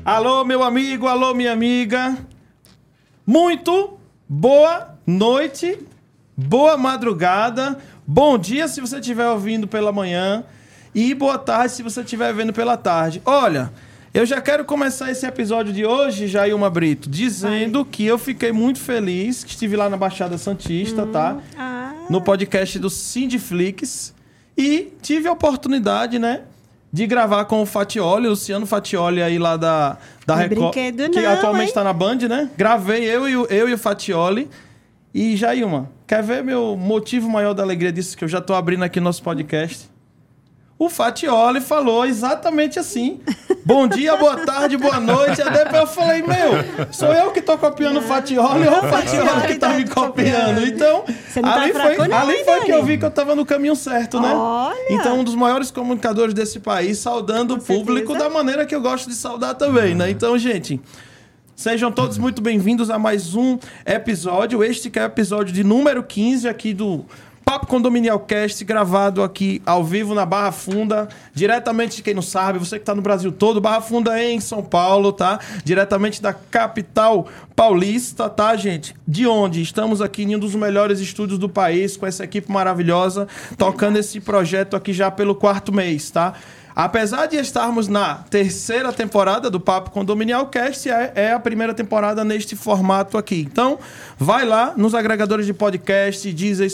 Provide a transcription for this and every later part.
Alô, meu amigo, alô, minha amiga. Muito boa noite, boa madrugada, bom dia se você estiver ouvindo pela manhã e boa tarde se você estiver vendo pela tarde. Olha, eu já quero começar esse episódio de hoje, Jailma Brito, dizendo que eu fiquei muito feliz que estive lá na Baixada Santista, tá? No podcast do Sindiflix e tive a oportunidade, né? De gravar com o Fatioli, Luciano Fatioli aí lá da Record, que atualmente está na Band, né? Gravei eu e o Fatioli. E Jailma, quer ver meu motivo maior da alegria disso que eu já tô abrindo aqui nosso podcast? O Fatioli falou exatamente assim. Bom dia, boa tarde, boa noite. Aí depois eu falei, sou eu que tô copiando o Fatioli ou o Fatioli que tá me copiando? Então, ali foi que eu vi que eu tava no caminho certo, né? Olha. Então, um dos maiores comunicadores desse país, saudando o público da maneira que eu gosto de saudar também, né? Então, gente, sejam todos muito bem-vindos a mais um episódio. Este que é o episódio de número 15 aqui do Papo Condominial Cast, gravado aqui ao vivo na Barra Funda, diretamente de quem não sabe, você que está no Brasil todo, Barra Funda em São Paulo, tá? Diretamente da capital paulista, tá, gente? De onde? Estamos aqui em um dos melhores estúdios do país, com essa equipe maravilhosa, tocando esse projeto aqui já pelo 4º mês, tá? Apesar de estarmos na 3ª temporada do Papo Condominial Cast, é a primeira temporada neste formato aqui. Então, vai lá nos agregadores de podcast, Deezer,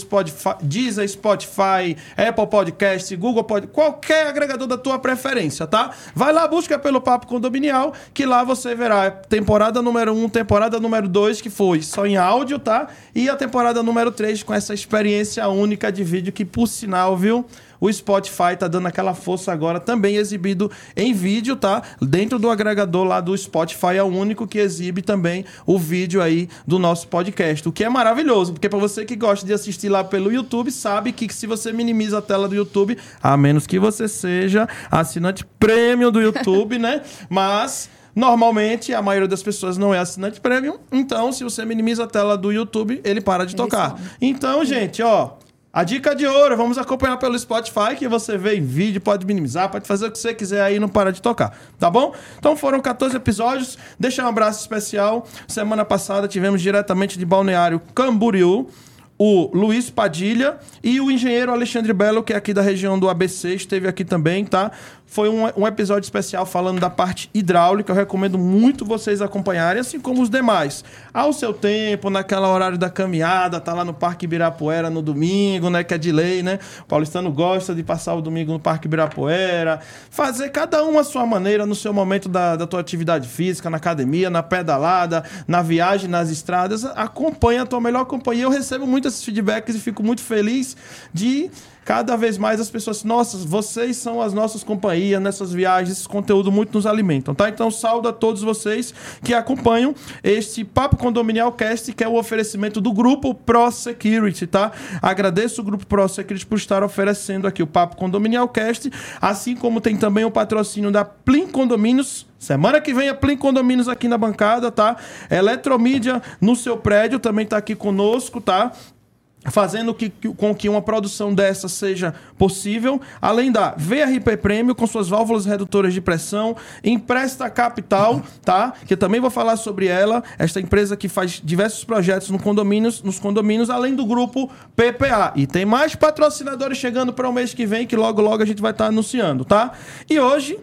Spotify, Apple Podcast, Google Podcast, qualquer agregador da tua preferência, tá? Vai lá, busca pelo Papo Condominial, que lá você verá temporada número 1, temporada número 2, que foi só em áudio, tá? E a temporada número 3 com essa experiência única de vídeo que, por sinal, viu? O Spotify tá dando aquela força agora, também exibido em vídeo, tá? Dentro do agregador lá do Spotify, é o único que exibe também o vídeo aí do nosso podcast. O que é maravilhoso, porque para você que gosta de assistir lá pelo YouTube, sabe que se você minimiza a tela do YouTube, a menos que você seja assinante premium do YouTube, né? Mas normalmente, a maioria das pessoas não é assinante premium, então se você minimiza a tela do YouTube, ele para de tocar. Então, gente, ó, a dica de ouro, vamos acompanhar pelo Spotify, que você vê em vídeo, pode minimizar, pode fazer o que você quiser aí, não para de tocar, tá bom? Então foram 14 episódios, deixa um abraço especial. Semana passada tivemos diretamente de Balneário Camboriú o Luiz Padilha e o engenheiro Alexandre Belo, que é aqui da região do ABC, esteve aqui também, tá? Foi um episódio especial falando da parte hidráulica. Eu recomendo muito vocês acompanharem, assim como os demais. Ao seu tempo, naquela horário da caminhada, tá lá no Parque Ibirapuera no domingo, né? Que é de lei, né? O paulistano gosta de passar o domingo no Parque Ibirapuera. Fazer cada um à sua maneira, no seu momento da tua atividade física, na academia, na pedalada, na viagem, nas estradas. Acompanha a tua melhor companhia. Eu recebo muito esses feedbacks e fico muito feliz de cada vez mais as pessoas, nossa, vocês são as nossas companhias nessas viagens, esse conteúdo muito nos alimentam, tá? Então, saúdo a todos vocês que acompanham este Papo Condominial Cast, que é o oferecimento do Grupo Pro Security, tá? Agradeço o Grupo Pro Security por estar oferecendo aqui o Papo Condominial Cast, assim como tem também o patrocínio da Plim Condomínios. Semana que vem a Plim Condomínios aqui na bancada, tá? Eletromídia no seu prédio também tá aqui conosco, tá? Fazendo com que uma produção dessa seja possível, além da VRP Premium com suas válvulas redutoras de pressão, Empresta Capital, tá? Que eu também vou falar sobre ela, esta empresa que faz diversos projetos nos condomínios, além do grupo PPA. E tem mais patrocinadores chegando para o mês que vem, que logo a gente vai estar anunciando, tá? E hoje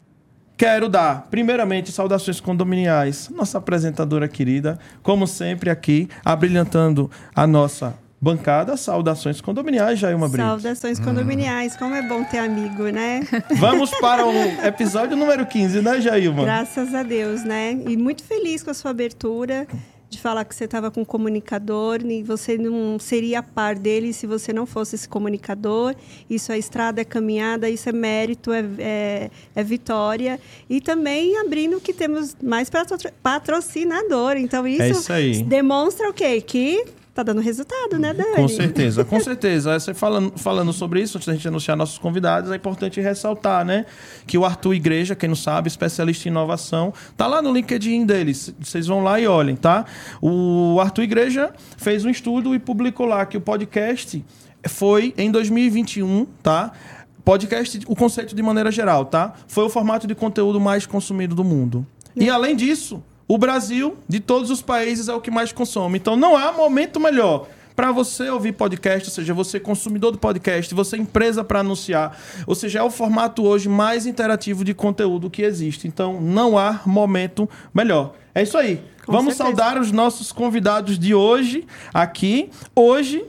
quero dar, primeiramente, saudações condominiais, nossa apresentadora querida, como sempre aqui, abrilhantando a nossa bancada. Saudações condominiais, Jailma Brito. Saudações condominiais, como é bom ter amigo, né? Vamos para o episódio número 15, né, Jailma? Graças a Deus, né? E muito feliz com a sua abertura, de falar que você estava com um comunicador e você não seria a par dele se você não fosse esse comunicador. Isso é estrada, é caminhada, isso é mérito, é vitória. E também abrindo que temos mais patrocinador. Então, isso aí demonstra o quê? Que tá dando resultado, né, Dani? Com certeza, com certeza. Você falando sobre isso, antes da gente anunciar nossos convidados, é importante ressaltar, né, que o Arthur Igreja, quem não sabe, especialista em inovação, tá lá no LinkedIn deles. Vocês vão lá e olhem, tá? O Arthur Igreja fez um estudo e publicou lá que o podcast foi em 2021, tá? Podcast, o conceito de maneira geral, tá? Foi o formato de conteúdo mais consumido do mundo. E além disso, o Brasil, de todos os países, é o que mais consome. Então não há momento melhor para você ouvir podcast, ou seja, você consumidor do podcast, você empresa para anunciar, ou seja, é o formato hoje mais interativo de conteúdo que existe. Então não há momento melhor. É isso aí. Vamos saudar os nossos convidados de hoje aqui. Hoje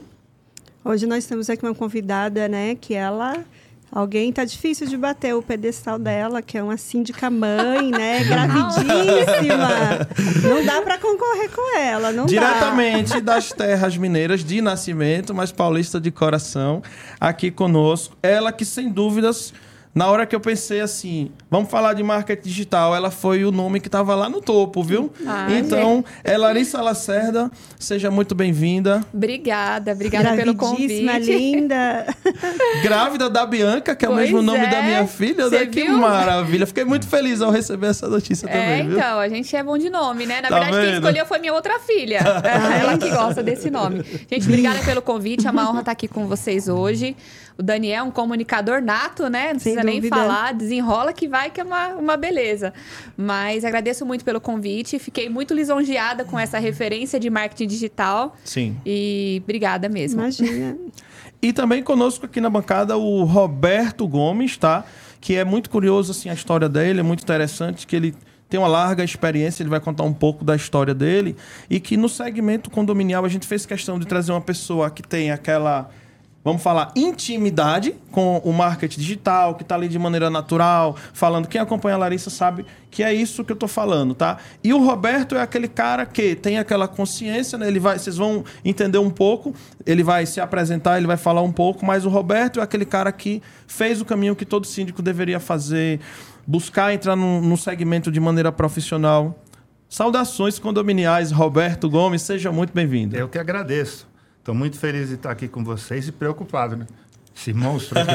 nós temos aqui uma convidada, né, que alguém tá difícil de bater o pedestal dela, que é uma síndica mãe, né? Gravidíssima. Não dá para concorrer com ela, não diretamente das terras mineiras de nascimento, mas paulista de coração, aqui conosco. Ela que, sem dúvidas, na hora que eu pensei assim, vamos falar de marketing digital, ela foi o nome que estava lá no topo, viu? Então, é Larissa Lacerda, seja muito bem-vinda. Obrigada pelo convite. Linda. Grávida da Bianca, que é o mesmo nome da minha filha, né? Que maravilha. Fiquei muito feliz ao receber essa notícia também, viu? Então, a gente é bom de nome, né? Na verdade, quem escolheu foi minha outra filha. Ela que gosta desse nome. Gente, obrigada pelo convite, é uma honra estar aqui com vocês hoje. O Daniel é um comunicador nato, né? Não precisa nem falar, desenrola que vai, que é uma beleza. Mas agradeço muito pelo convite, fiquei muito lisonjeada com essa referência de marketing digital. Sim. E obrigada mesmo. Imagina. E também conosco aqui na bancada o Roberto Gomes, tá? Que é muito curioso, assim, a história dele, é muito interessante, que ele tem uma larga experiência, ele vai contar um pouco da história dele. E que no segmento condominial a gente fez questão de trazer uma pessoa que tem aquela... Vamos falar intimidade com o marketing digital, que está ali de maneira natural, falando. Quem acompanha a Larissa sabe que é isso que eu estou falando, tá? E o Roberto é aquele cara que tem aquela consciência, né? Vocês vão entender um pouco, ele vai se apresentar, ele vai falar um pouco, mas o Roberto é aquele cara que fez o caminho que todo síndico deveria fazer, buscar entrar no segmento de maneira profissional. Saudações condominiais, Roberto Gomes, seja muito bem-vindo. Eu que agradeço. Estou muito feliz de estar aqui com vocês e preocupado, né? Esse monstro aqui.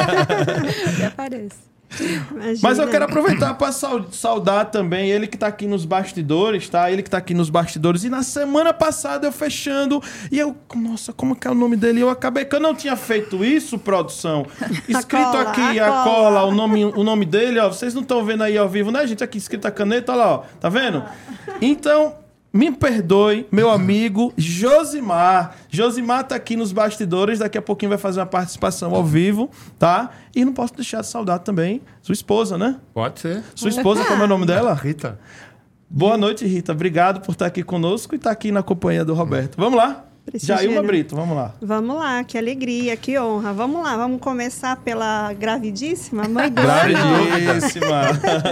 Até parece. Mas eu quero aproveitar para saudar também ele que está aqui nos bastidores, tá? Ele que está aqui nos bastidores. E na semana passada eu fechando e eu... Nossa, como que é o nome dele? Eu acabei que eu não tinha feito isso, produção. Escrito aqui, a cola, o nome dele, ó. Vocês não estão vendo aí ao vivo, né, gente? Aqui escrito a caneta, olha lá, ó. Tá vendo? Então... Me perdoe, meu amigo Josimar. Josimar tá aqui nos bastidores, daqui a pouquinho vai fazer uma participação ao vivo, tá? E não posso deixar de saudar também sua esposa, né? Pode ser. Sua esposa, como é o nome dela? Rita. Boa noite, Rita. Obrigado por estar aqui conosco e estar aqui na companhia do Roberto. Vamos lá? Jailma Brito, vamos lá. Vamos lá, que alegria, que honra. Vamos lá, vamos começar pela gravidíssima mãe do ano. Gravidíssima.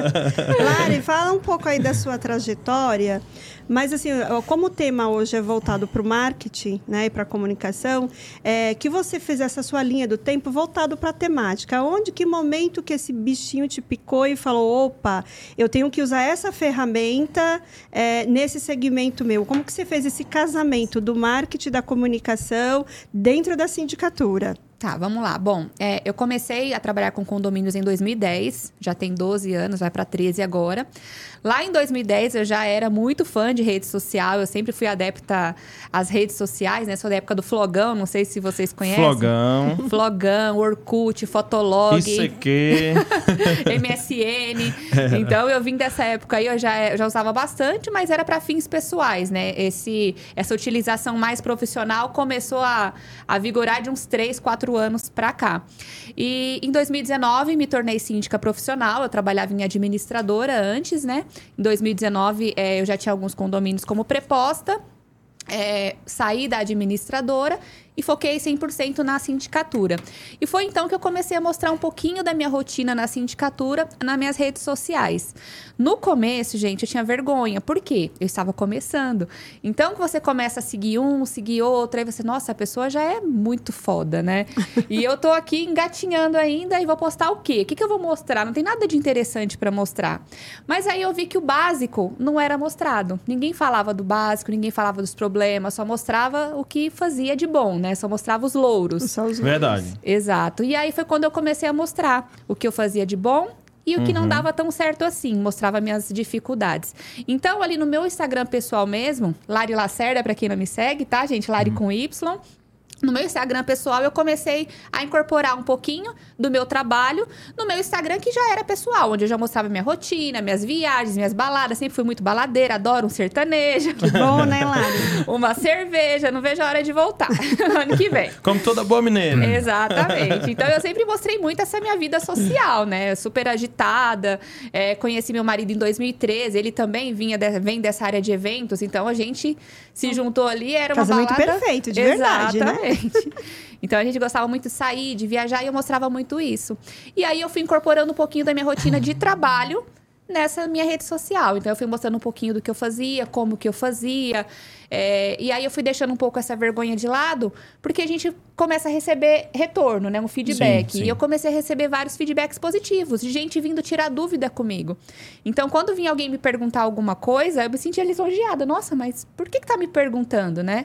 Lari, fala um pouco aí da sua trajetória. Mas, assim, como o tema hoje é voltado para o marketing, né, e para a comunicação, que você fez essa sua linha do tempo voltado para a temática. Que momento que esse bichinho te picou e falou, opa, eu tenho que usar essa ferramenta nesse segmento meu? Como que você fez esse casamento do marketing, da comunicação, dentro da sindicatura? Tá, vamos lá. Bom, eu comecei a trabalhar com condomínios em 2010, já tem 12 anos, vai para 13 agora. Lá em 2010 eu já era muito fã de rede social, eu sempre fui adepta às redes sociais, né? Sou da época do Flogão, não sei se vocês conhecem. Flogão, Orkut, Fotolog. ICQ. MSN. Então eu vim dessa época aí, eu já usava bastante, mas era para fins pessoais, né? Essa utilização mais profissional começou a vigorar de uns 3, 4 anos para cá. E em 2019 me tornei síndica profissional, eu trabalhava em administradora antes, né? Em 2019 eu já tinha alguns condomínios como preposta, saí da administradora e foquei 100% na sindicatura. E foi então que eu comecei a mostrar um pouquinho da minha rotina na sindicatura nas minhas redes sociais. No começo, gente, eu tinha vergonha. Por quê? Eu estava começando. Então, você começa a seguir um, seguir outro, aí você, nossa, a pessoa já é muito foda, né? E eu tô aqui engatinhando ainda e vou postar o quê? O que eu vou mostrar? Não tem nada de interessante para mostrar. Mas aí eu vi que o básico não era mostrado. Ninguém falava do básico, ninguém falava dos problemas, só mostrava o que fazia de bom, né? Só mostrava os louros. Só os louros. Verdade. Exato. E aí foi quando eu comecei a mostrar o que eu fazia de bom e o que não dava tão certo assim. Mostrava minhas dificuldades. Então, ali no meu Instagram pessoal mesmo, Lari Lacerda, pra quem não me segue, tá, gente? Lari com Y. no meu Instagram pessoal, eu comecei a incorporar um pouquinho do meu trabalho no meu Instagram, que já era pessoal, onde eu já mostrava minha rotina, minhas viagens, minhas baladas. Sempre fui muito baladeira, adoro um sertanejo. Que bom, né, Lari? Uma cerveja, não vejo a hora de voltar ano que vem. Como toda boa mineira. Exatamente. Então, eu sempre mostrei muito essa minha vida social, né? Super agitada. Conheci meu marido em 2013. Ele também vem dessa área de eventos. Então, a gente se juntou ali. Era uma Casamento balada... perfeito, de verdade, né? Exatamente. Então, a gente gostava muito de sair, de viajar. E eu mostrava muito isso. E aí, eu fui incorporando um pouquinho da minha rotina de trabalho nessa minha rede social. Então, eu fui mostrando um pouquinho do que eu fazia, como que eu fazia. E aí, eu fui deixando um pouco essa vergonha de lado, porque a gente começa a receber retorno, né? Um feedback. Sim. E eu comecei a receber vários feedbacks positivos, de gente vindo tirar dúvida comigo. Então, quando vinha alguém me perguntar alguma coisa, eu me sentia lisonjeada. Nossa, mas por que tá me perguntando, né?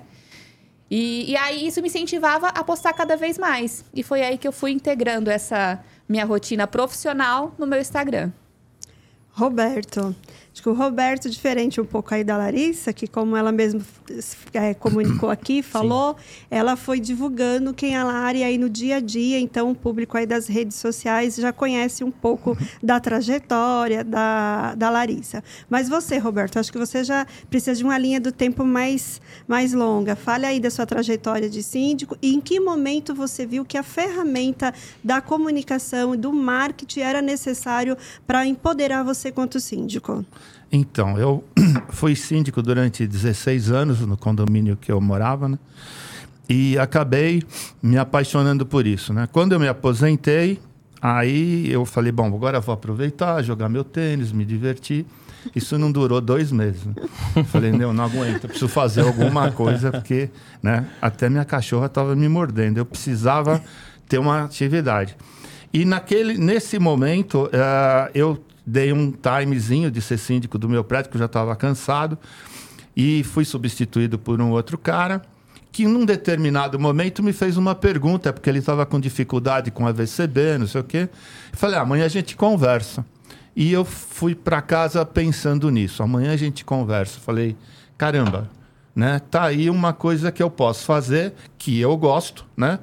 E aí, isso me incentivava a postar cada vez mais. E foi aí que eu fui integrando essa minha rotina profissional no meu Instagram. Roberto. Acho que o Roberto, diferente um pouco aí da Larissa, que como ela mesma comunicou aqui, falou, ela foi divulgando quem é a Lari aí no dia a dia, então o público aí das redes sociais já conhece um pouco da trajetória da Larissa. Mas você, Roberto, acho que você já precisa de uma linha do tempo mais longa. Fale aí da sua trajetória de síndico e em que momento você viu que a ferramenta da comunicação e do marketing era necessário para empoderar você quanto síndico? Então, eu fui síndico durante 16 anos no condomínio que eu morava, né? E acabei me apaixonando por isso, né? Quando eu me aposentei, aí eu falei, bom, agora eu vou aproveitar, jogar meu tênis, me divertir. Isso não durou 2 meses, né? Falei, não aguento, eu preciso fazer alguma coisa, porque, né, até minha cachorra estava me mordendo. Eu precisava ter uma atividade. E nesse momento, eu dei um timezinho de ser síndico do meu prédio, que eu já estava cansado, e fui substituído por um outro cara, que num determinado momento me fez uma pergunta, porque ele estava com dificuldade com a VCB, não sei o quê. Eu falei, amanhã a gente conversa. E eu fui para casa pensando nisso, amanhã a gente conversa. Falei, caramba, né? Tá aí uma coisa que eu posso fazer, que eu gosto, né?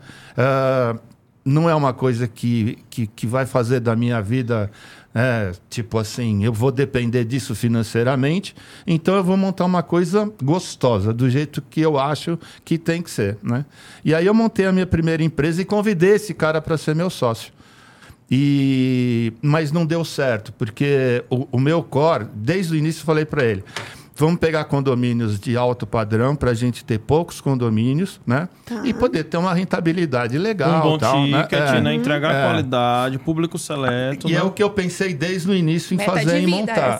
Não é uma coisa que vai fazer da minha vida... tipo assim, eu vou depender disso financeiramente, então eu vou montar uma coisa gostosa, do jeito que eu acho que tem que ser, né? E aí eu montei a minha primeira empresa e convidei esse cara para ser meu sócio. Mas não deu certo, porque o meu core, desde o início eu falei para ele, vamos pegar condomínios de alto padrão para a gente ter poucos condomínios, né? Tá. E poder ter uma rentabilidade legal. Um bom tal, ticket, né? Entregar qualidade, público seleto. E né? é o que eu pensei desde o início em fazer e montar.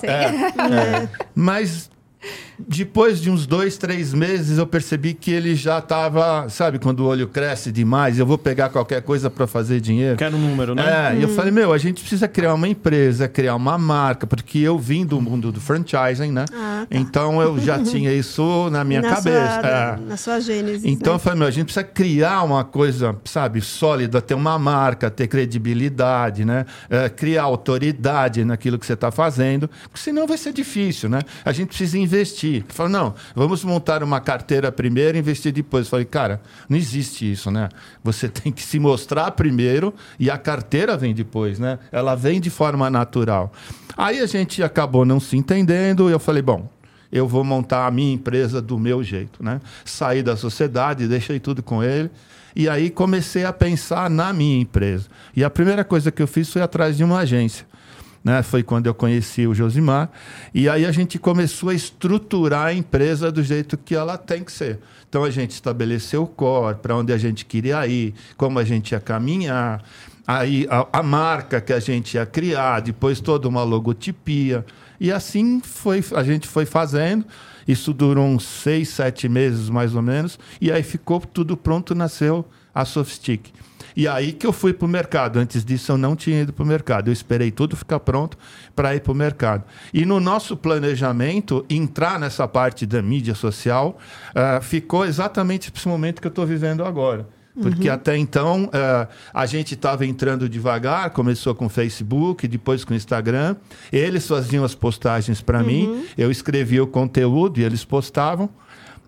Mas depois de uns 2, 3 meses, eu percebi que ele já estava... Sabe, quando o olho cresce demais, eu vou pegar qualquer coisa para fazer dinheiro. Quero um número, né? E eu falei, a gente precisa criar uma empresa, criar uma marca, porque eu vim do mundo do franchising, né? Tá. Então, eu já tinha isso na minha cabeça. Na sua gênese. Então, eu falei, a gente precisa criar uma coisa, sabe, sólida, ter uma marca, ter credibilidade, né? Criar autoridade naquilo que você está fazendo, porque senão vai ser difícil, né? A gente precisa investir. Eu falei, não, vamos montar uma carteira primeiro e investir depois. Eu falei, cara, não existe isso, né? Você tem que se mostrar primeiro e a carteira vem depois, né? Ela vem de forma natural. Aí a gente acabou não se entendendo e eu falei, bom, eu vou montar a minha empresa do meu jeito, né? Saí da sociedade, deixei tudo com ele. E aí comecei a pensar na minha empresa. E a primeira coisa que eu fiz foi atrás de uma agência. Né? Foi quando eu conheci o Josimar. E aí a gente começou a estruturar a empresa do jeito que ela tem que ser. Então a gente estabeleceu o core, para onde a gente queria ir, como a gente ia caminhar, aí a marca que a gente ia criar, depois toda uma logotipia. E assim a gente foi fazendo. Isso durou uns 6, 7 meses, mais ou menos. E aí ficou tudo pronto, nasceu a Sofistic. E aí que eu fui para o mercado. Antes disso, eu não tinha ido para o mercado. Eu esperei tudo ficar pronto para ir para o mercado. E no nosso planejamento, entrar nessa parte da mídia social ficou exatamente esse momento que eu estou vivendo agora. Porque até então, a gente estava entrando devagar, começou com o Facebook, depois com o Instagram. Eles faziam as postagens para mim, eu escrevia o conteúdo e eles postavam.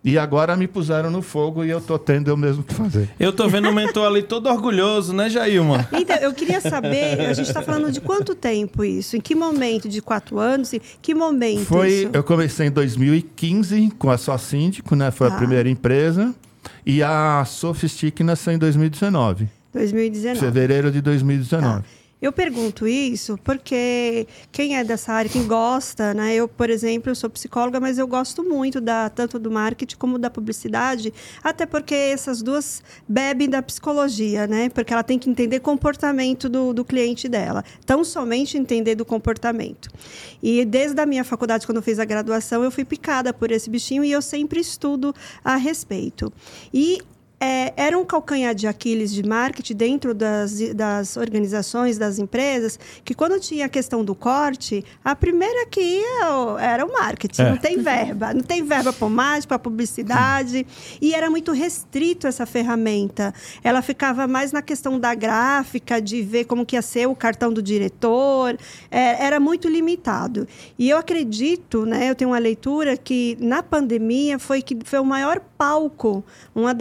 E agora me puseram no fogo e eu tô tendo eu mesmo que fazer. Eu tô vendo o mentor ali todo orgulhoso, né, Jailma? Então, eu queria saber, a gente está falando de quanto tempo isso? Em que momento? De 4 anos? Em que momento isso? Eu comecei em 2015 com a Só Síndico, né? Foi a primeira empresa. E a Sofistic nasceu em 2019. 2019. Fevereiro de 2019. Tá. Eu pergunto isso porque quem é dessa área, quem gosta, né? Eu, por exemplo, eu sou psicóloga, mas eu gosto muito tanto do marketing como da publicidade, até porque essas duas bebem da psicologia, né? Porque ela tem que entender comportamento do cliente dela. Tão somente entender do comportamento. E desde a minha faculdade, quando eu fiz a graduação, eu fui picada por esse bichinho e eu sempre estudo a respeito. E era um calcanhar de Aquiles de marketing dentro das organizações, das empresas, que quando tinha a questão do corte, a primeira que ia era o marketing. Não tem verba. Não tem verba para marketing, para publicidade. E era muito restrito essa ferramenta. Ela ficava mais na questão da gráfica, de ver como que ia ser o cartão do diretor. Era muito limitado. E eu acredito, né, eu tenho uma leitura que na pandemia foi o maior palco, uma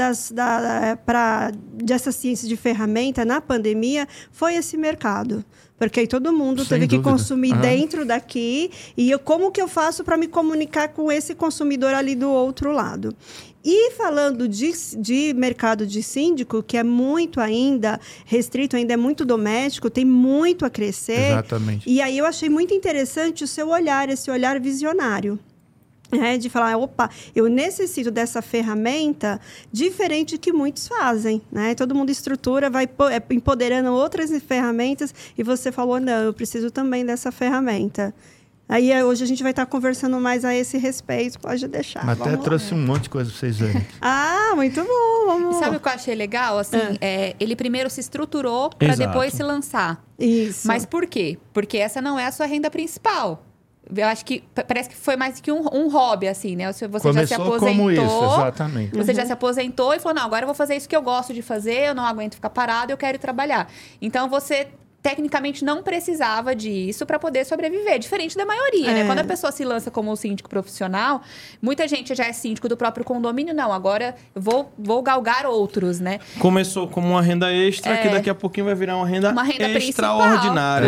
dessa ciência de ferramenta na pandemia foi esse mercado. Porque aí todo mundo teve que consumir dentro daqui. E como que eu faço para me comunicar com esse consumidor ali do outro lado? E falando de mercado de síndico, que é muito ainda restrito, ainda é muito doméstico, tem muito a crescer. Exatamente. E aí eu achei muito interessante o seu olhar, esse olhar visionário. De falar, opa, eu necessito dessa ferramenta diferente do que muitos fazem, né? Todo mundo estrutura, vai empoderando outras ferramentas e você falou, não, eu preciso também dessa ferramenta. Aí hoje a gente vai estar conversando mais a esse respeito, pode deixar. Até trouxe um monte de coisa para vocês verem. Muito bom, vamos. E sabe o que eu achei legal? Assim, ele primeiro se estruturou para depois se lançar. Isso. Mas por quê? Porque essa não é a sua renda principal. Eu acho que parece que foi mais que um hobby, assim, né? Você Começou já se aposentou. Como isso, exatamente. Você já se aposentou e falou, não, agora eu vou fazer isso que eu gosto de fazer, eu não aguento ficar parado, eu quero ir trabalhar. Então, você tecnicamente não precisava disso para poder sobreviver, diferente da maioria, né? Quando a pessoa se lança como síndico profissional, muita gente já é síndico do próprio condomínio, não, agora eu vou galgar outros, né? Começou como uma renda extra, que daqui a pouquinho vai virar uma renda extraordinária.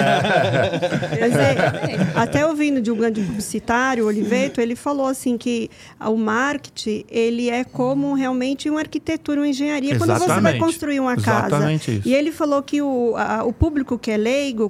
Até ouvindo de um grande publicitário, Oliveto, ele falou assim que o marketing, ele é como realmente uma arquitetura, uma engenharia, Exatamente. Quando você vai construir uma casa. Exatamente isso. E ele falou que o público que é leigo,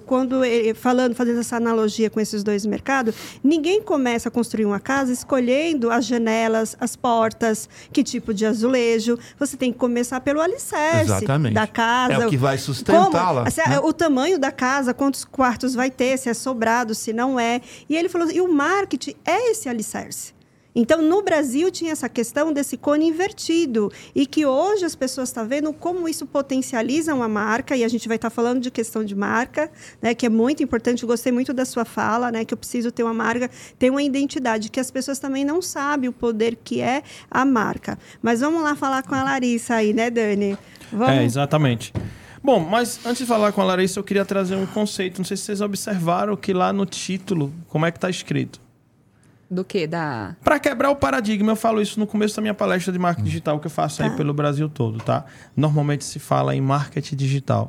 fazendo essa analogia com esses dois mercados, ninguém começa a construir uma casa escolhendo as janelas, as portas, que tipo de azulejo. Você tem que começar pelo alicerce da casa. É o que vai sustentá-la. O tamanho da casa, quantos quartos vai ter, se é sobrado, se não é. E ele falou, e o marketing é esse alicerce. Então, no Brasil, tinha essa questão desse cone invertido. E que hoje as pessoas estão vendo como isso potencializa uma marca. E a gente vai estar falando de questão de marca, né, que é muito importante. Eu gostei muito da sua fala, né, que eu preciso ter uma marca, ter uma identidade. Que as pessoas também não sabem o poder que é a marca. Mas vamos lá falar com a Larissa aí, né, Dani? Vamos... Exatamente. Bom, mas antes de falar com a Larissa, eu queria trazer um conceito. Não sei se vocês observaram que lá no título, como é que está escrito. Do quê? Para quebrar o paradigma, eu falo isso no começo da minha palestra de marketing digital que eu faço aí pelo Brasil todo, tá? Normalmente se fala em marketing digital.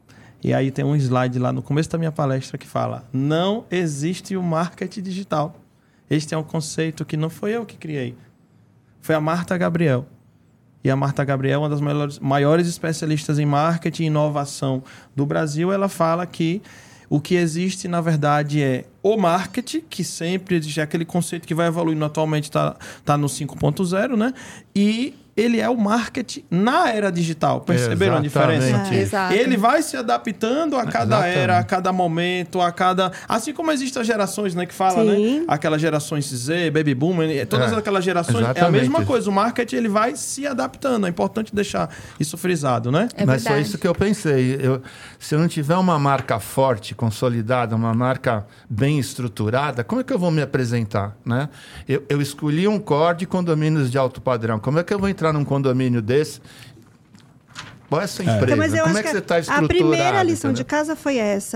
E aí tem um slide lá no começo da minha palestra que fala: não existe o marketing digital. Este é um conceito que não foi eu que criei. Foi a Marta Gabriel. E a Marta Gabriel, uma das maiores especialistas em marketing e inovação do Brasil, ela fala que o que existe, na verdade, é o marketing, que sempre existe, é aquele conceito que vai evoluindo, atualmente está no 5.0, né? E ele é o marketing na era digital. Perceberam a diferença? Ele vai se adaptando a cada era, a cada momento, a cada... Assim como existem as gerações, né, que fala, né? Aquelas gerações Z, Baby Boom, todas aquelas gerações. É a mesma coisa. O marketing, ele vai se adaptando. É importante deixar isso frisado, né? Mas foi isso que eu pensei. Se eu não tiver uma marca forte, consolidada, uma marca bem estruturada, como é que eu vou me apresentar, né? Eu escolhi um core de condomínios de alto padrão. Como é que eu vou entrar num condomínio desse? Qual é essa empresa? Então, mas eu como acho é que você está estruturado? A primeira lição de casa foi essa.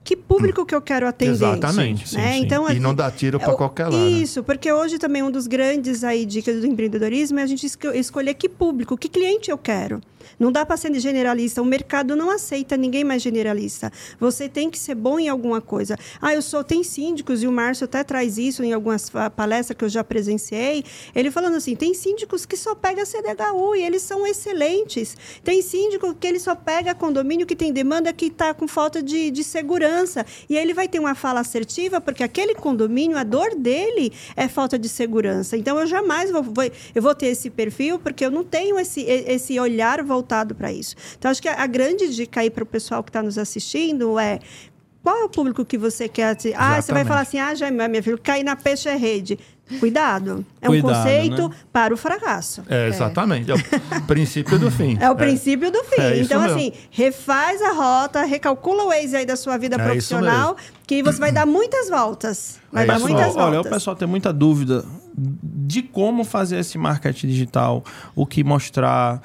que público que eu quero atender. Exatamente. Né? Sim, sim. Então, E não dá tiro para qualquer lado. Isso, porque hoje também um dos grandes aí dicas do empreendedorismo é a gente escolher que público, que cliente eu quero. Não dá para ser generalista. O mercado não aceita ninguém mais generalista. Você tem que ser bom em alguma coisa. Tem síndicos, e o Márcio até traz isso em algumas palestras que eu já presenciei. Ele falando assim, tem síndicos que só pega CDHU e eles são excelentes. Tem síndico que ele só pega condomínio que tem demanda que está com falta de segurança. E ele vai ter uma fala assertiva, porque aquele condomínio, a dor dele é falta de segurança. Então, eu jamais vou ter esse perfil, porque eu não tenho esse olhar voltado para isso. Então, acho que a grande dica aí para o pessoal que está nos assistindo é: qual é o público que você quer? Você vai falar assim, Jaime, minha filha, cair na peixe é rede. Cuidado. É um conceito, né, para o fracasso. Exatamente. É o princípio do fim. É o princípio do fim. Então, mesmo. assim, refaz a rota, recalcula o Waze aí da sua vida profissional, que você vai dar muitas voltas. Olha, o pessoal tem muita dúvida de como fazer esse marketing digital, o que mostrar,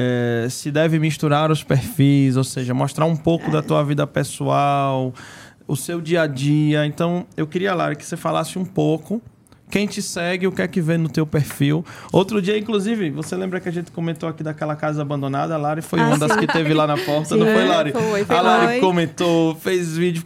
se deve misturar os perfis, ou seja, mostrar um pouco da tua vida pessoal, o seu dia a dia. Então, eu queria, Lari, que você falasse um pouco quem te segue, o que é que vê no teu perfil. Outro dia, inclusive, você lembra que a gente comentou aqui daquela casa abandonada? A Lari foi uma das que teve lá na porta, não foi, Lari? Foi. A Lari comentou, fez vídeo,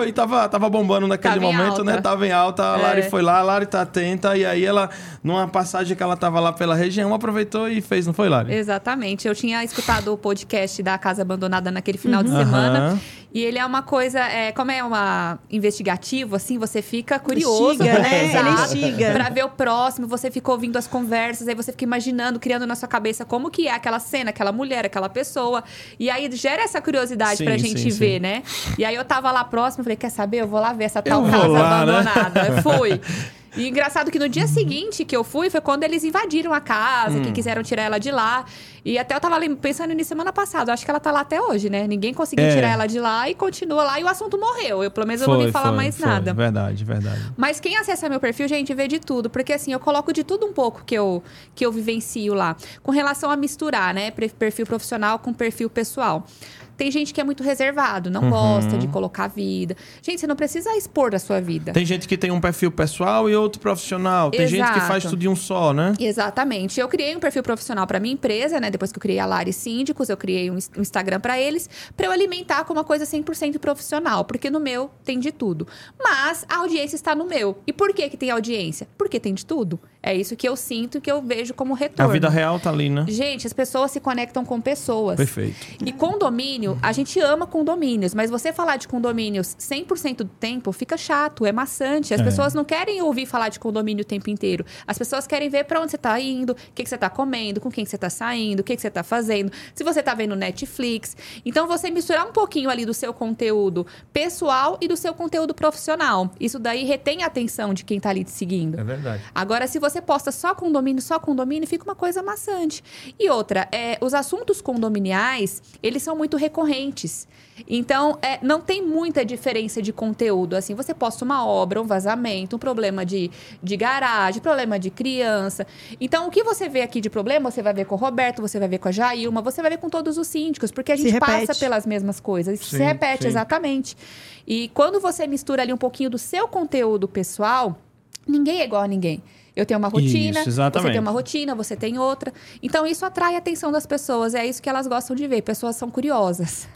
tava bombando naquele momento, né? Tava em alta, a Lari foi lá, a Lari tá atenta, e aí ela, numa passagem que ela tava lá pela região, aproveitou e fez, não foi, Lari? Exatamente. Eu tinha escutado o podcast da Casa Abandonada naquele final de semana, e ele é uma coisa, como é uma investigativo, assim, você fica curioso. Instiga, né? Ele instiga. Pra ver o próximo, você fica ouvindo as conversas, aí você fica imaginando, criando na sua cabeça como que é aquela cena, aquela mulher, aquela pessoa. E aí gera essa curiosidade pra gente ver, né? E aí eu tava lá próximo, falei, quer saber? Eu vou lá ver essa tal casa abandonada. Né? Eu fui. E engraçado que no dia seguinte que eu fui, foi quando eles invadiram a casa, que quiseram tirar ela de lá. E até eu tava pensando nisso semana passada. Eu acho que ela tá lá até hoje, né? Ninguém conseguiu tirar ela de lá e continua lá. E o assunto morreu. Pelo menos eu não ouvi falar mais nada. Verdade. Mas quem acessa meu perfil, gente, vê de tudo. Porque assim, eu coloco de tudo um pouco que eu vivencio lá. Com relação a misturar, né? Perfil profissional com perfil pessoal. Tem gente que é muito reservado, não gosta de colocar a vida. Gente, você não precisa expor a sua vida. Tem gente que tem um perfil pessoal e outro profissional. Tem gente que faz tudo em um só, né? Exatamente. Eu criei um perfil profissional para minha empresa, né? Depois que eu criei a Lari Síndicos, eu criei um Instagram para eles, para eu alimentar com uma coisa 100% profissional. Porque no meu tem de tudo. Mas a audiência está no meu. E por que tem audiência? Porque tem de tudo. É isso que eu sinto e que eu vejo como retorno. A vida real tá ali, né? Gente, as pessoas se conectam com pessoas. Perfeito. E condomínio, a gente ama condomínios, mas você falar de condomínios 100% do tempo fica chato, é maçante. As pessoas não querem ouvir falar de condomínio o tempo inteiro. As pessoas querem ver para onde você tá indo, o que você tá comendo, com quem você tá saindo, o que você tá fazendo, se você tá vendo Netflix. Então, você misturar um pouquinho ali do seu conteúdo pessoal e do seu conteúdo profissional. Isso daí retém a atenção de quem tá ali te seguindo. É verdade. Agora, se você posta só condomínio, fica uma coisa maçante. E outra, os assuntos condominiais, eles são muito recorrentes. Então, não tem muita diferença de conteúdo. Assim, você posta uma obra, um vazamento, um problema de garagem, problema de criança. Então, o que você vê aqui de problema, você vai ver com o Roberto, você vai ver com a Jailma, você vai ver com todos os síndicos, porque a gente passa pelas mesmas coisas. Isso se repete, exatamente. E quando você mistura ali um pouquinho do seu conteúdo pessoal, ninguém é igual a ninguém. Eu tenho uma rotina, você tem uma rotina, você tem outra. Então, isso atrai a atenção das pessoas. É isso que elas gostam de ver. Pessoas são curiosas.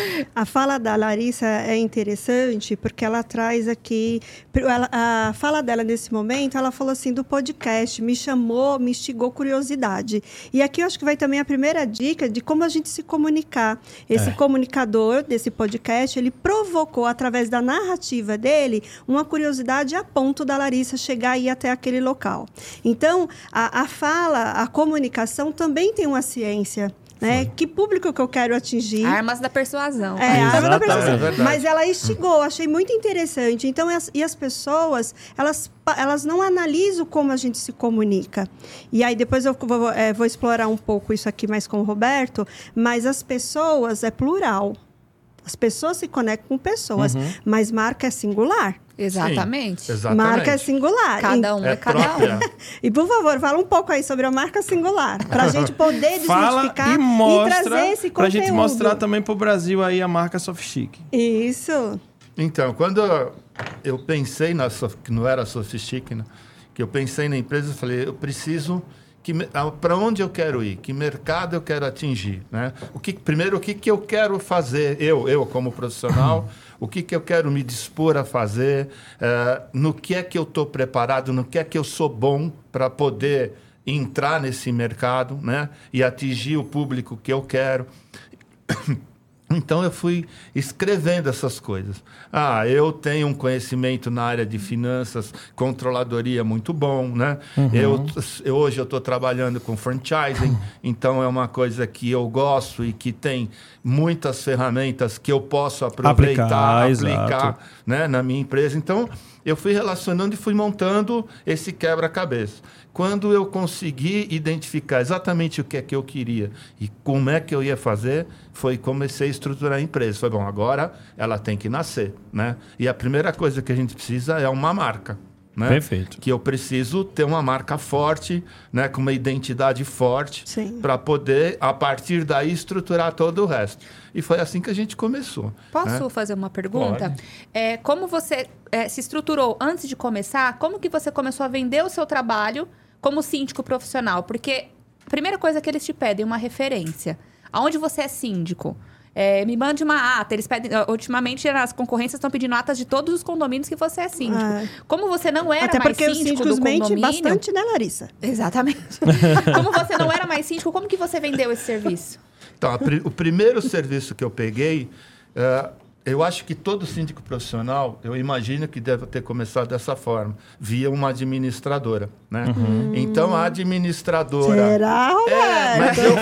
A fala da Larissa é interessante porque ela traz aqui... A fala dela nesse momento, ela falou assim, do podcast, me instigou curiosidade. E aqui eu acho que vai também a primeira dica de como a gente se comunicar. Esse comunicador desse podcast, ele provocou, através da narrativa dele, uma curiosidade a ponto da Larissa chegar aí até aquele local. Então, a fala, a comunicação também tem uma ciência, né? Que público que eu quero atingir? Armas da persuasão. Armas da persuasão. Mas ela instigou, achei muito interessante. Então, as pessoas, elas não analisam como a gente se comunica. E aí, depois eu vou explorar um pouco isso aqui mais com o Roberto, mas as pessoas é plural. As pessoas se conectam com pessoas, mas marca é singular. Exatamente. Sim, exatamente. Marca é singular. Cada um é cada própria. E, por favor, fala um pouco aí sobre a marca singular, para a gente poder desmistificar e trazer esse conteúdo. Para a gente mostrar também para o Brasil aí a marca Soft Chic. Isso. Então, quando eu pensei que não era Sofistic, né? Que eu pensei na empresa, eu falei, eu preciso... Para onde eu quero ir? Que mercado eu quero atingir? Né? Primeiro, o que eu quero fazer, eu como profissional, o que eu quero me dispor a fazer, no que é que eu estou preparado, no que é que eu sou bom para poder entrar nesse mercado, né? E atingir o público que eu quero. Então, eu fui escrevendo essas coisas. Eu tenho um conhecimento na área de finanças, controladoria muito bom, né? Hoje eu estou trabalhando com franchising, então é uma coisa que eu gosto e que tem muitas ferramentas que eu posso aplicar, né, na minha empresa. Então, eu fui relacionando e fui montando esse quebra-cabeça. Quando eu consegui identificar exatamente o que é que eu queria e como é que eu ia fazer, comecei a estruturar a empresa. Foi bom, agora ela tem que nascer, né? E a primeira coisa que a gente precisa é uma marca. Né? Perfeito. Que eu preciso ter uma marca forte, né? Com uma identidade forte, para poder, a partir daí, estruturar todo o resto. E foi assim que a gente começou. Posso fazer uma pergunta? Como você se estruturou antes de começar? Como que você começou a vender o seu trabalho como síndico profissional? Porque a primeira coisa que eles te pedem é uma referência. Aonde você é síndico? Me mande uma ata. Eles pedem, ultimamente, as concorrências estão pedindo atas de todos os condomínios que você é síndico. Como você não era mais síndico do condomínio... Até porque os síndicos mentem bastante, né, Larissa? Exatamente. Como você não era mais síndico, como que você vendeu esse serviço? Então, o primeiro serviço que eu peguei... eu acho que todo síndico profissional, eu imagino que deve ter começado dessa forma, via uma administradora, né? Então, a administradora... Será, Roberto? Mas eu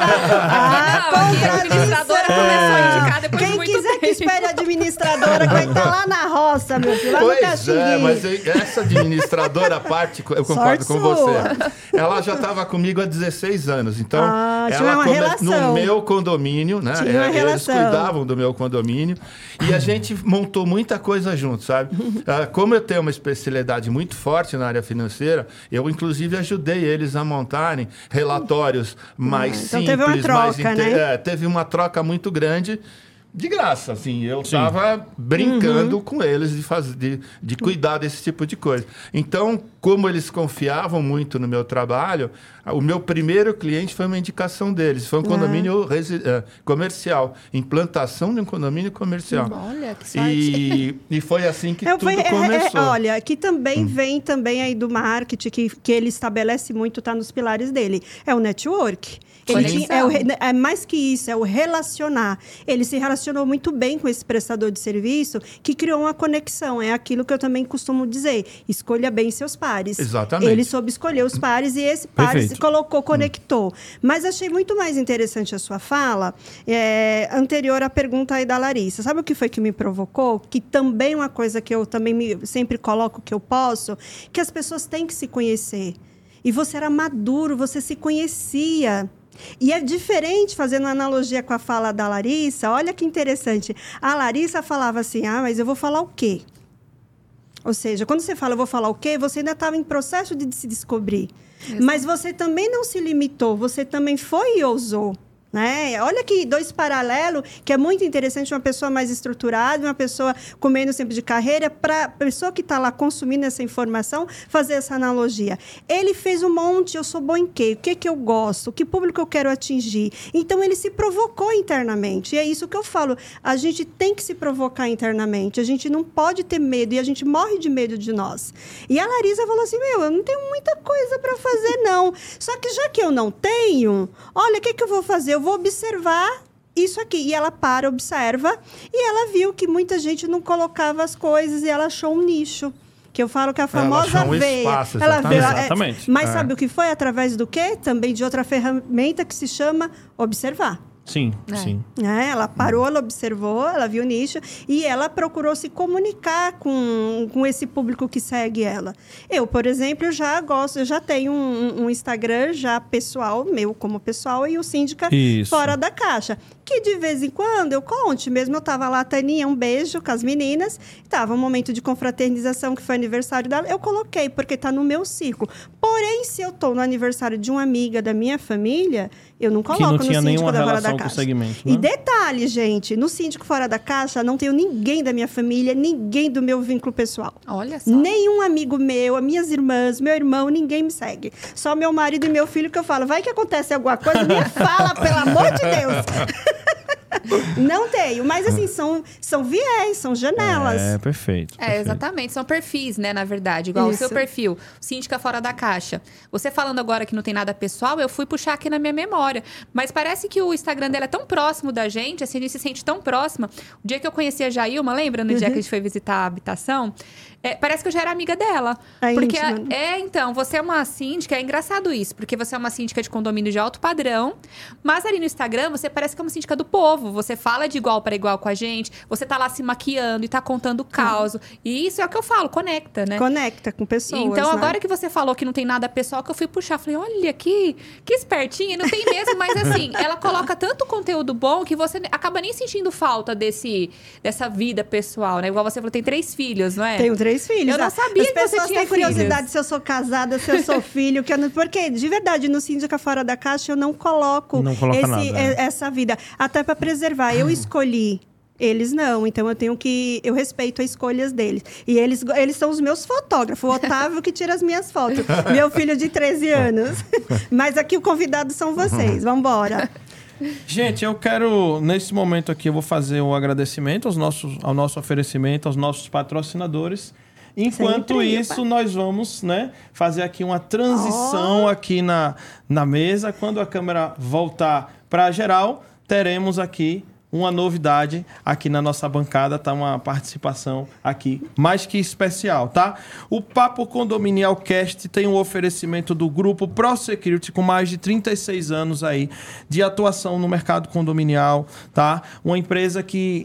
a administradora começou a indicar depois de muito tempo. Quem quiser que espere a administradora, que vai estar lá na roça, meu filho, lá no Caxinguinha. Mas essa administradora, eu concordo com você. Ela já estava comigo há 16 anos, então... ela no meu condomínio, né? Eles cuidavam do meu condomínio. E a gente montou muita coisa junto, sabe? Como eu tenho uma especialidade muito forte na área financeira, eu, inclusive, ajudei eles a montarem relatórios mais simples. Teve uma troca, né? Teve uma troca muito grande. De graça, assim, eu estava brincando com eles de cuidar desse tipo de coisa. Então, como eles confiavam muito no meu trabalho, o meu primeiro cliente foi uma indicação deles. Foi um condomínio comercial, implantação de um condomínio comercial. Olha, que sorte. E foi assim que tudo começou. Olha, que também vem também aí do marketing, que ele estabelece muito, está nos pilares dele. É o network. É mais que isso, é o relacionar. Ele se relacionou muito bem com esse prestador de serviço, que criou uma conexão. É aquilo que eu também costumo dizer. Escolha bem seus pares. Exatamente. Ele soube escolher os pares e esse par se colocou, conectou. Mas achei muito mais interessante a sua fala, anterior à pergunta aí da Larissa. Sabe o que foi que me provocou? Que também uma coisa que eu também sempre coloco que eu posso, que as pessoas têm que se conhecer. E você era maduro, você se conhecia. E é diferente, fazendo uma analogia com a fala da Larissa, olha que interessante. A Larissa falava assim, mas eu vou falar o quê? Ou seja, quando você fala eu vou falar o quê, você ainda estava em processo de se descobrir. Exato. Mas você também não se limitou, você também foi e ousou. Né? Olha que dois paralelos, que é muito interessante, uma pessoa mais estruturada, uma pessoa com menos tempo de carreira, para a pessoa que está lá consumindo essa informação, fazer essa analogia. Ele fez um monte, eu sou bom em quê? O que eu gosto? Que público eu quero atingir? Então, ele se provocou internamente. E é isso que eu falo. A gente tem que se provocar internamente. A gente não pode ter medo, e a gente morre de medo de nós. E a Larissa falou assim, eu não tenho muita coisa para fazer, não. Só que já que eu não tenho, olha, o que eu vou fazer? Eu vou observar isso aqui. E ela observa, e ela viu que muita gente não colocava as coisas, e ela achou um nicho. Que eu falo que a famosa veia. Espaço, ela veio, exatamente. Mas sabe o que foi? Através do quê? Também de outra ferramenta que se chama observar. Sim, sim. Ela parou, ela observou, ela viu o nicho e ela procurou se comunicar com esse público que segue ela. Eu, por exemplo, eu já tenho um Instagram já pessoal, meu como pessoal, e o Síndica Fora da Caixa. Que de vez em quando eu conte, mesmo eu estava lá, Taninha, um beijo com as meninas, estava um momento de confraternização, que foi aniversário dela, eu coloquei, porque está no meu ciclo. Porém, se eu estou no aniversário de uma amiga da minha família, eu não coloco no Síndico da Fora da com o Caixa. segmento, né? E detalhe, gente, no Síndico Fora da Caixa não tenho ninguém da minha família, ninguém do meu vínculo pessoal. Olha só. Nenhum amigo meu, as minhas irmãs, meu irmão, ninguém me segue. Só meu marido e meu filho que eu falo, vai que acontece alguma coisa, me fala, pelo amor de Deus. Não tenho, mas assim, são viés, são janelas. É, perfeito. Exatamente. São perfis, né, na verdade. Igual Isso. o seu perfil, Síndica Fora da Caixa. Você falando agora que não tem nada pessoal, eu fui puxar aqui na minha memória. Mas parece que o Instagram dela é tão próximo da gente, assim, a gente se sente tão próxima. O dia que eu conheci a Jailma, lembra? No dia que a gente foi visitar a habitação? Parece que eu já era amiga dela. É porque íntima. Então, você é uma síndica, é engraçado isso, porque você é uma síndica de condomínio de alto padrão, mas ali no Instagram você parece que é uma síndica do povo. Você fala de igual para igual com a gente, você tá lá se maquiando e tá contando o caos. E isso é o que eu falo, conecta, né? Conecta com pessoas, Então, né? agora que você falou que não tem nada pessoal, que eu fui puxar, falei, olha, que espertinha. Não tem mesmo, mas assim, ela coloca tanto conteúdo bom que você acaba nem sentindo falta dessa vida pessoal, né? Igual você falou, tem 3 filhos, não é? Tenho 3 filhos. Eu não sabia As que você pessoas tinha têm curiosidade filhos. se eu sou casada, se eu sou filho. Porque, de verdade, no Síndica Fora da Caixa, eu não coloco Não coloca nada, né? essa vida. Até para preservar. Eu escolhi. Eles não, então eu respeito as escolhas deles. E eles são os meus fotógrafos. O Otávio que tira as minhas fotos. Meu filho de 13 anos. Mas aqui o convidado são vocês. Vamos embora. Gente, eu quero, nesse momento aqui, eu vou fazer um agradecimento ao nosso oferecimento, aos nossos patrocinadores. Enquanto Sempre, isso, nós vamos, né, fazer aqui uma transição aqui na mesa. Quando a câmera voltar para geral, teremos aqui uma novidade aqui na nossa bancada, tá? Uma participação aqui mais que especial, tá? O Papo Condominial Cast tem um oferecimento do grupo ProSecurity, com mais de 36 anos aí de atuação no mercado condominial, tá? Uma empresa que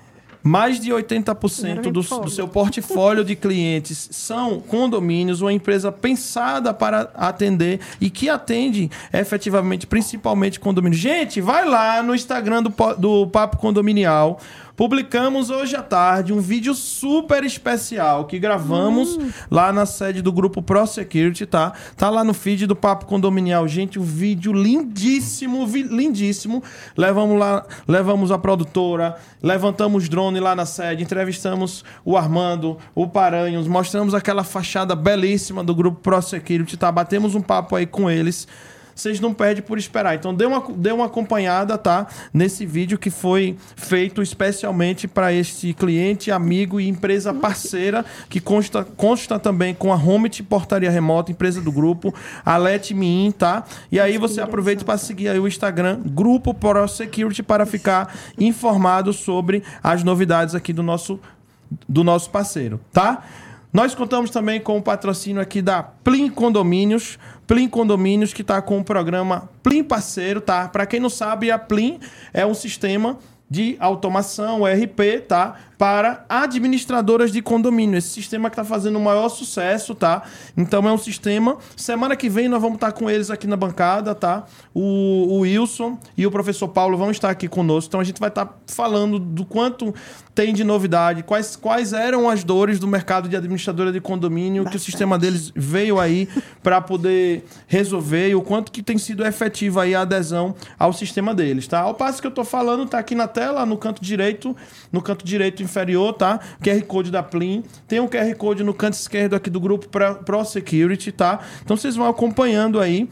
mais de 80% do seu portfólio de clientes são condomínios, uma empresa pensada para atender e que atende efetivamente, principalmente condomínios. Gente, vai lá no Instagram do Papo Condominial. Publicamos hoje à tarde um vídeo super especial que gravamos lá na sede do grupo ProSecurity, tá? Tá lá no feed do Papo Condominial. Gente, um vídeo lindíssimo, lindíssimo. Levamos a produtora, levantamos drone lá na sede, entrevistamos o Armando, o Paranhos, mostramos aquela fachada belíssima do grupo ProSecurity, tá? Batemos um papo aí com eles. Vocês não perdem por esperar. Então, dê uma acompanhada, tá? Nesse vídeo que foi feito especialmente para este cliente, amigo e empresa parceira, que consta também com a Homit Portaria Remota, empresa do grupo, a Let Me In, tá? E aí você aproveita para seguir aí o Instagram, Grupo ProSecurity, para ficar informado sobre as novidades aqui do nosso parceiro, tá? Nós contamos também com o patrocínio aqui da Plim Condomínios. Plim Condomínios, que está com o programa Plim Parceiro, tá? Para quem não sabe, a Plim é um sistema de automação, ERP, tá? Para administradoras de condomínio. Esse sistema que está fazendo o maior sucesso, tá? Então é um sistema... Semana que vem nós vamos estar com eles aqui na bancada, tá? O Wilson e o professor Paulo vão estar aqui conosco. Então a gente vai estar falando do quanto tem de novidade, quais eram as dores do mercado de administradora de condomínio, que o sistema deles veio aí para poder resolver e o quanto que tem sido efetiva aí a adesão ao sistema deles, tá? Ao passo que eu tô falando, tá aqui na tela, no canto direito inferior, tá? QR Code da Plim. Tem um QR Code no canto esquerdo aqui do grupo ProSecurity, tá? Então vocês vão acompanhando aí.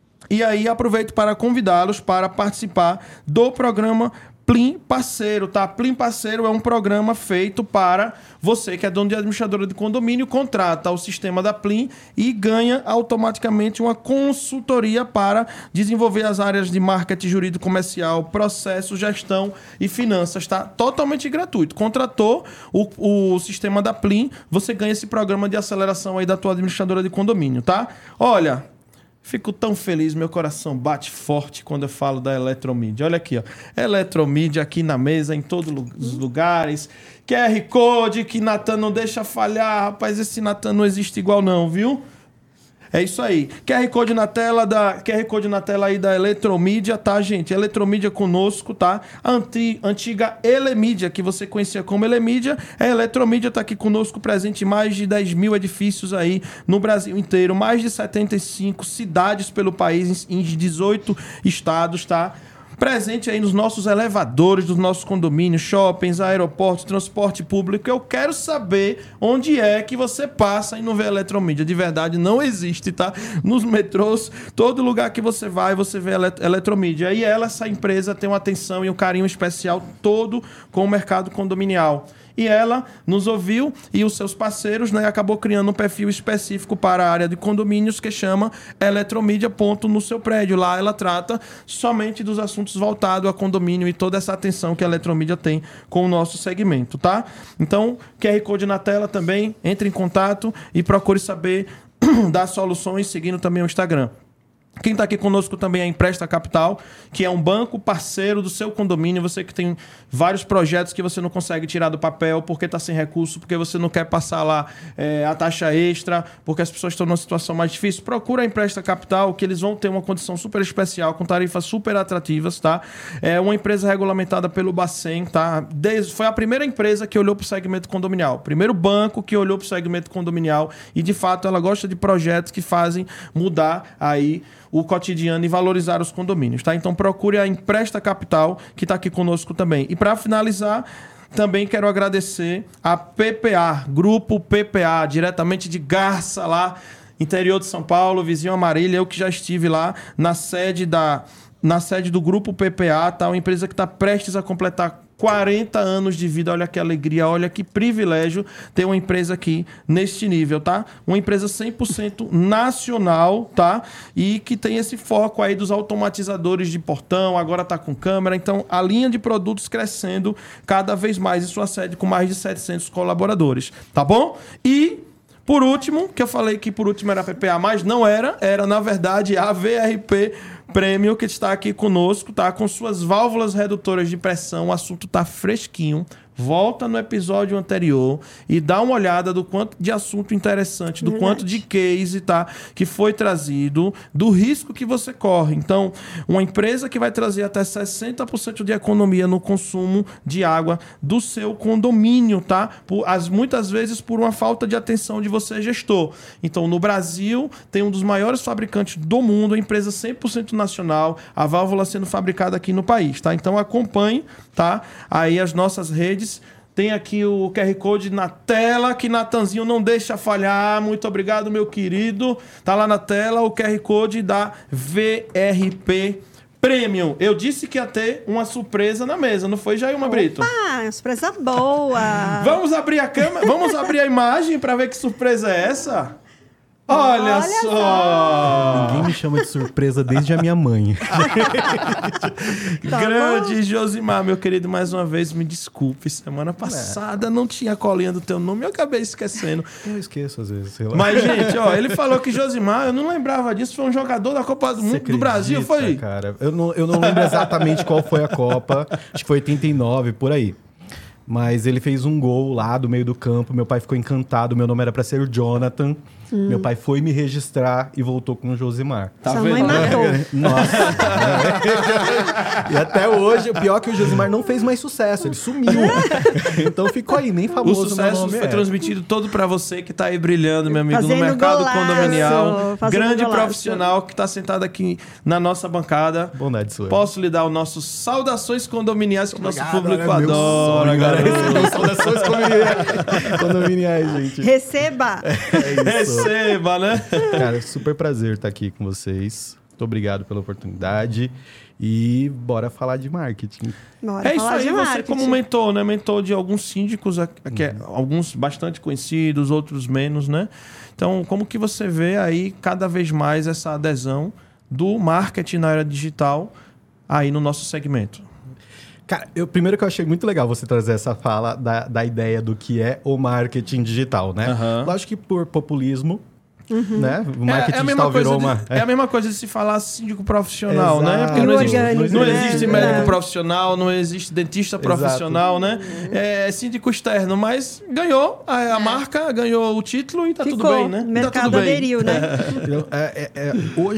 E aí aproveito para convidá-los para participar do programa Plim Parceiro, tá? Plim Parceiro é um programa feito para você que é dono de administradora de condomínio, contrata o sistema da Plim e ganha automaticamente uma consultoria para desenvolver as áreas de marketing jurídico comercial, processo, gestão e finanças, tá? Totalmente gratuito. Contratou o sistema da Plim, você ganha esse programa de aceleração aí da tua administradora de condomínio, tá? Olha... Fico tão feliz, meu coração bate forte quando eu falo da Eletromídia. Olha aqui, ó. Eletromídia aqui na mesa, em todos os lugares. QR Code, que Natan não deixa falhar. Rapaz, esse Natan não existe igual não, viu? É isso aí. QR Code na tela aí da Eletromídia, tá, gente? Eletromídia conosco, tá? A antiga Elemídia, que você conhecia como Elemídia, a Eletromídia tá aqui conosco, presente em mais de 10 mil edifícios aí no Brasil inteiro, mais de 75 cidades pelo país, em 18 estados, tá? presente aí nos nossos elevadores, dos nossos condomínios, shoppings, aeroportos, transporte público. Eu quero saber onde é que você passa e não vê eletromídia. De verdade, não existe, tá? Nos metrôs, todo lugar que você vai, você vê eletromídia. E essa empresa tem uma atenção e um carinho especial todo com o mercado condominial. E ela nos ouviu e os seus parceiros, né, acabou criando um perfil específico para a área de condomínios que chama Eletromídia Ponto no seu prédio. Lá ela trata somente dos assuntos voltados a condomínio e toda essa atenção que a Eletromídia tem com o nosso segmento, tá? Então, QR Code na tela também, entre em contato e procure saber das soluções seguindo também o Instagram. Quem está aqui conosco também é a Empresta Capital, que é um banco parceiro do seu condomínio. Você que tem vários projetos que você não consegue tirar do papel porque está sem recurso, porque você não quer passar lá a taxa extra, porque as pessoas estão numa situação mais difícil. Procura a Empresta Capital, que eles vão ter uma condição super especial, com tarifas super atrativas, tá? É uma empresa regulamentada pelo Bacen, tá? Foi a primeira empresa que olhou para o segmento condominial. Primeiro banco que olhou para o segmento condominial e, de fato, ela gosta de projetos que fazem mudar aí o cotidiano e valorizar os condomínios, tá? Então procure a Empresta Capital, que está aqui conosco também. E para finalizar, também quero agradecer a PPA, Grupo PPA, diretamente de Garça, lá, interior de São Paulo, vizinho a Marília. Eu que já estive lá na sede do Grupo PPA, tá? Uma empresa que está prestes a completar 40 anos de vida. Olha que alegria, olha que privilégio ter uma empresa aqui neste nível, tá? Uma empresa 100% nacional, tá? E que tem esse foco aí dos automatizadores de portão, agora tá com câmera. Então, a linha de produtos crescendo cada vez mais em sua sede com mais de 700 colaboradores, tá bom? E por último, que eu falei que por último era a PPA, mas não era na verdade a VRP Premium, que está aqui conosco, tá? Com suas válvulas redutoras de pressão. O assunto tá fresquinho. Volta no episódio anterior e dá uma olhada do quanto de assunto interessante, do quanto de case, tá? Que foi trazido, do risco que você corre. Então, uma empresa que vai trazer até 60% de economia no consumo de água do seu condomínio, tá? Muitas vezes por uma falta de atenção de você, gestor. Então, no Brasil, tem um dos maiores fabricantes do mundo, a empresa 100% nacional, a válvula sendo fabricada aqui no país, tá? Então, acompanhe, tá? Aí as nossas redes. Tem aqui o QR Code na tela, que Natanzinho não deixa falhar. Muito obrigado, meu querido. Tá lá na tela o QR Code da VRP Premium. Eu disse que ia ter uma surpresa na mesa, não foi, Jailma Brito? Ah, surpresa boa! Vamos abrir a câmera, vamos abrir a imagem para ver que surpresa é essa? Olha só! Ninguém me chama de surpresa desde a minha mãe. Grande Josimar, meu querido, mais uma vez, me desculpe. Semana passada não tinha colinha do teu nome, eu acabei esquecendo. Eu esqueço às vezes, sei lá. Mas, gente, ó, ele falou que Josimar, eu não lembrava disso, foi um jogador da Copa do Mundo do Brasil, foi? Cara, eu não lembro exatamente qual foi a Copa, acho que foi 89, por aí. Mas ele fez um gol lá do meio do campo, meu pai ficou encantado, meu nome era pra ser Jonathan. Meu pai foi me registrar e voltou com o Josimar. Tá Sua mãe matou. Nossa. E até hoje, o pior é que o Josimar não fez mais sucesso, ele sumiu. Então ficou aí, nem famoso. O sucesso foi transmitido todo pra você que tá aí brilhando, meu amigo, no mercado condominial. Grande profissional que tá sentado aqui na nossa bancada. Bondade sua. Posso lhe dar os nossos saudações condominiais que o nosso público adora, galera. Saudações condominiais, gente. Receba! É isso. Receba, né? Cara, super prazer estar aqui com vocês. Muito obrigado pela oportunidade. E bora falar de marketing. É isso aí, você como mentor, né? Mentor de alguns síndicos, alguns bastante conhecidos, outros menos, né? Então, como que você vê aí cada vez mais essa adesão do marketing na era digital aí no nosso segmento? Cara, primeiro que eu achei muito legal você trazer essa fala da ideia do que é o marketing digital, né? Lógico que por populismo, né? O marketing digital virou uma... É a mesma coisa de se falar síndico profissional, né? Porque não existe médico profissional, não existe dentista profissional, né? É síndico externo, mas ganhou a marca, ganhou o título e tá tudo bem, né? O mercado aderiu, né? Hoje,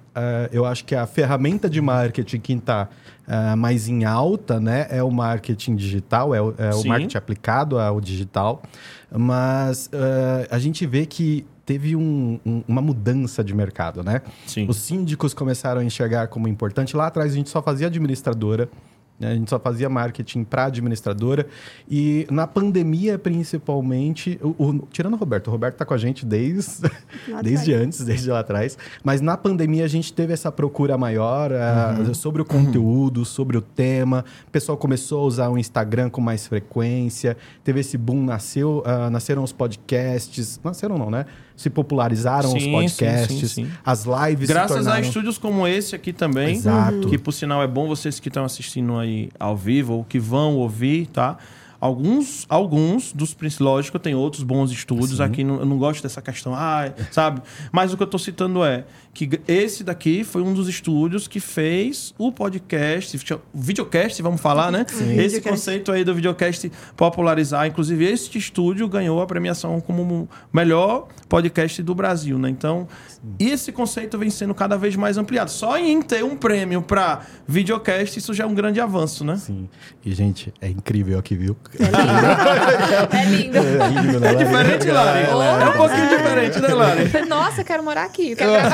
eu acho que a ferramenta de marketing que está mais em alta, né, é o marketing digital, é o marketing aplicado ao digital. Mas a gente vê que teve uma mudança de mercado, né? Sim. Os síndicos começaram a enxergar como importante. Lá atrás a gente só fazia administradora, né? A gente só fazia marketing para administradora. E na pandemia, principalmente... tirando o Roberto está com a gente desde antes, desde lá atrás. Mas na pandemia a gente teve essa procura maior sobre o conteúdo, sobre o tema. O pessoal começou a usar o Instagram com mais frequência. Teve esse boom, nasceram os podcasts. Nasceram não, né? Se popularizaram os podcasts, sim. as lives Graças a estúdios como esse aqui também. Exato. Que, por sinal, é bom vocês que estão assistindo aí ao vivo ou que vão ouvir, tá? Alguns dos principais, lógico, tem outros bons estúdios aqui, eu não gosto dessa questão, sabe? Mas o que eu tô citando é que esse daqui foi um dos estúdios que fez o podcast, videocast, vamos falar, né? Sim. Esse Videocast. conceito aí do videocast popularizar. Inclusive, este estúdio ganhou a premiação como o melhor podcast do Brasil, né? Então, esse conceito vem sendo cada vez mais ampliado. Só em ter um prêmio para videocast, isso já é um grande avanço, né? Sim. E, gente, é incrível aqui, viu? É lindo. É lindo, né? É diferente, Lari. É um pouquinho diferente, né, Lari? Nossa, quero morar aqui. Quero gravar.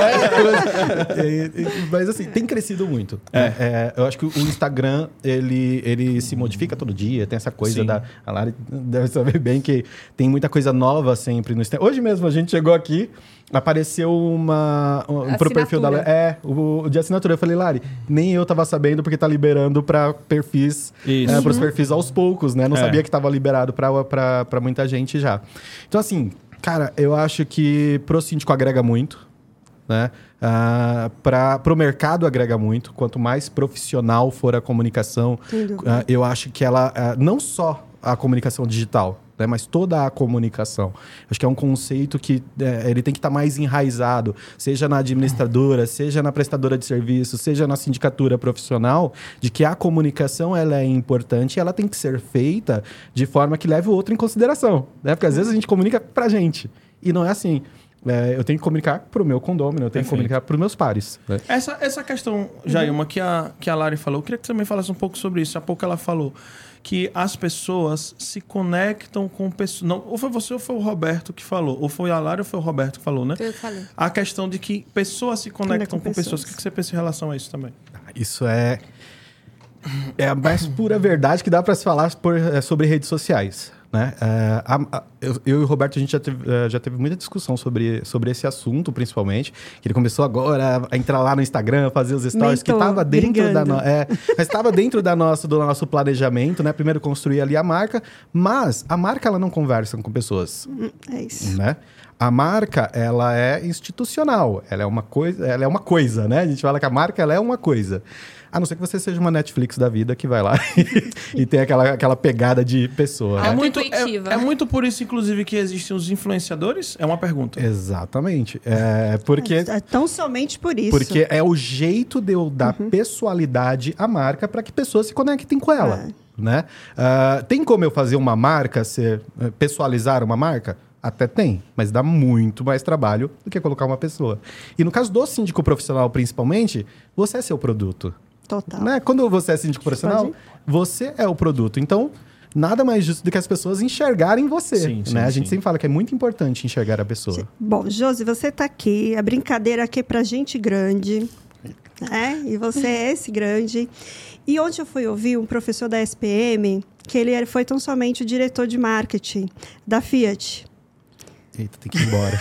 Mas assim, tem crescido muito. Eu acho que o Instagram, ele se modifica todo dia. Tem essa coisa Sim. A Lari deve saber bem que tem muita coisa nova sempre no Instagram. Hoje mesmo a gente chegou aqui, apareceu pro perfil da Lari. O de assinatura. Eu falei, Lari, nem eu tava sabendo porque tá liberando para perfis, pros perfis aos poucos, né? Não sabia que tava liberado para muita gente já. Então assim, cara, eu acho que pro síndico agrega muito, né? Para o mercado agrega muito. Quanto mais profissional for a comunicação, eu acho que ela não só a comunicação digital, né, mas toda a comunicação. Acho que é um conceito que ele tem que estar mais enraizado, seja na administradora, seja na prestadora de serviço, seja na sindicatura profissional, de que a comunicação ela é importante e ela tem que ser feita de forma que leve o outro em consideração, né? Porque às vezes a gente comunica pra gente e não é assim. Eu tenho que comunicar para o meu condômino, eu tenho que comunicar para os meus pares. Né? Essa questão, Jailma, que a Lari falou, eu queria que você também falasse um pouco sobre isso. Há pouco ela falou que as pessoas se conectam com pessoas... Não, ou foi você ou foi o Roberto que falou? Ou foi a Lari ou foi o Roberto que falou, né? Eu falei. A questão de que pessoas se conectam com pessoas. O que você pensa em relação a isso também? Isso é a mais pura verdade que dá para se falar sobre redes sociais. Né? Eu e o Roberto, a gente já teve muita discussão sobre esse assunto, principalmente. Que ele começou agora a entrar lá no Instagram, fazer os stories, que estava dentro mas estava dentro do nosso planejamento, né? Primeiro construir ali a marca, mas a marca ela não conversa com pessoas. É isso. Né? A marca, ela é institucional, ela é uma coisa, né? A gente fala que a marca ela é uma coisa. A não ser que você seja uma Netflix da vida que vai lá e tem aquela pegada de pessoa. É né? muito intuitiva. É muito por isso, inclusive, que existem os influenciadores? É uma pergunta. Exatamente. Porque... É tão somente por isso. Porque é o jeito de eu dar pessoalidade à marca para que pessoas se conectem com ela. Né? Tem como eu fazer uma marca, pessoalizar uma marca? Até tem, mas dá muito mais trabalho do que colocar uma pessoa. E no caso do síndico profissional, principalmente, você é seu produto. Total. Né? Quando você é síndico profissional, você é o produto. Então, nada mais justo do que as pessoas enxergarem você. Sim, né? A gente sim. sempre fala que é muito importante enxergar a pessoa. Bom, Josi, você tá aqui. A brincadeira aqui é pra gente grande. Né? E você é esse grande. E ontem eu fui ouvir um professor da SPM, que ele foi tão somente o diretor de marketing da Fiat. Eita, tem que ir embora.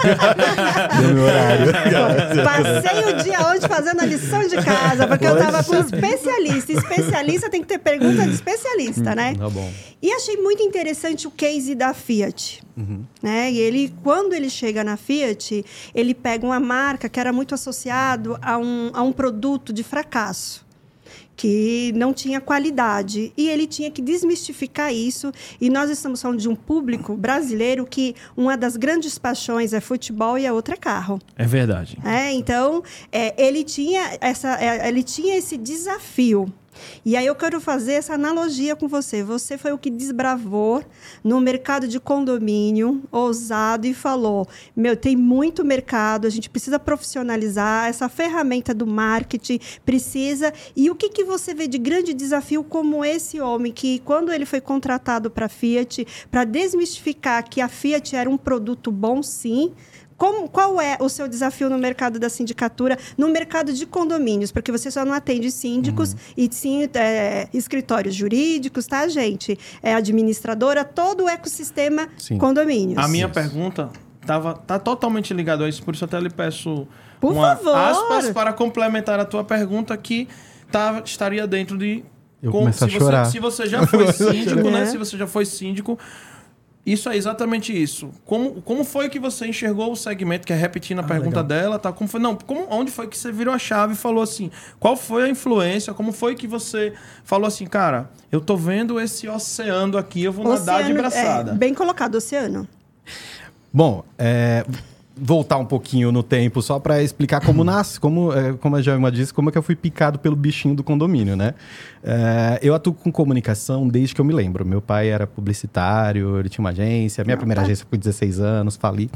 Deu meu horário. Passei o dia hoje fazendo a lição de casa, porque eu tava com um especialista. Especialista tem que ter pergunta de especialista, né? Tá bom. E achei muito interessante o case da Fiat. Né? E ele, quando ele chega na Fiat, ele pega uma marca que era muito associado a um produto de fracasso, que não tinha qualidade. E ele tinha que desmistificar isso. E nós estamos falando de um público brasileiro que uma das grandes paixões é futebol e a outra é carro. É verdade. Então, ele tinha esse desafio. E aí eu quero fazer essa analogia com você. Você foi o que desbravou no mercado de condomínio, ousado, e falou, tem muito mercado, a gente precisa profissionalizar, essa ferramenta do marketing precisa. E o que você vê de grande desafio como esse homem, que quando ele foi contratado para a Fiat, para desmistificar que a Fiat era um produto bom, sim. Qual é o seu desafio no mercado da sindicatura, no mercado de condomínios? Porque você só não atende síndicos e sim escritórios jurídicos, tá, gente? Administradora, todo o ecossistema condomínios. A minha pergunta tá totalmente ligada a isso, por isso até lhe peço por favor. aspas para complementar a tua pergunta, que estaria dentro de... Eu começo a chorar. Se você já foi síndico, né? Se você já foi síndico... Isso é exatamente isso. Como foi que você enxergou o segmento, que é repetindo a pergunta dela, tá? Onde foi que você virou a chave e falou assim, qual foi a influência, como foi que você falou assim, cara, eu tô vendo esse oceano aqui, eu vou nadar de braçada. Bem colocado, oceano. Bom, voltar um pouquinho no tempo, só para explicar como nasce, como a Joelma disse, como é que eu fui picado pelo bichinho do condomínio, né? Eu atuo com comunicação desde que eu me lembro. Meu pai era publicitário, ele tinha uma agência, minha primeira agência foi 16 anos, fali.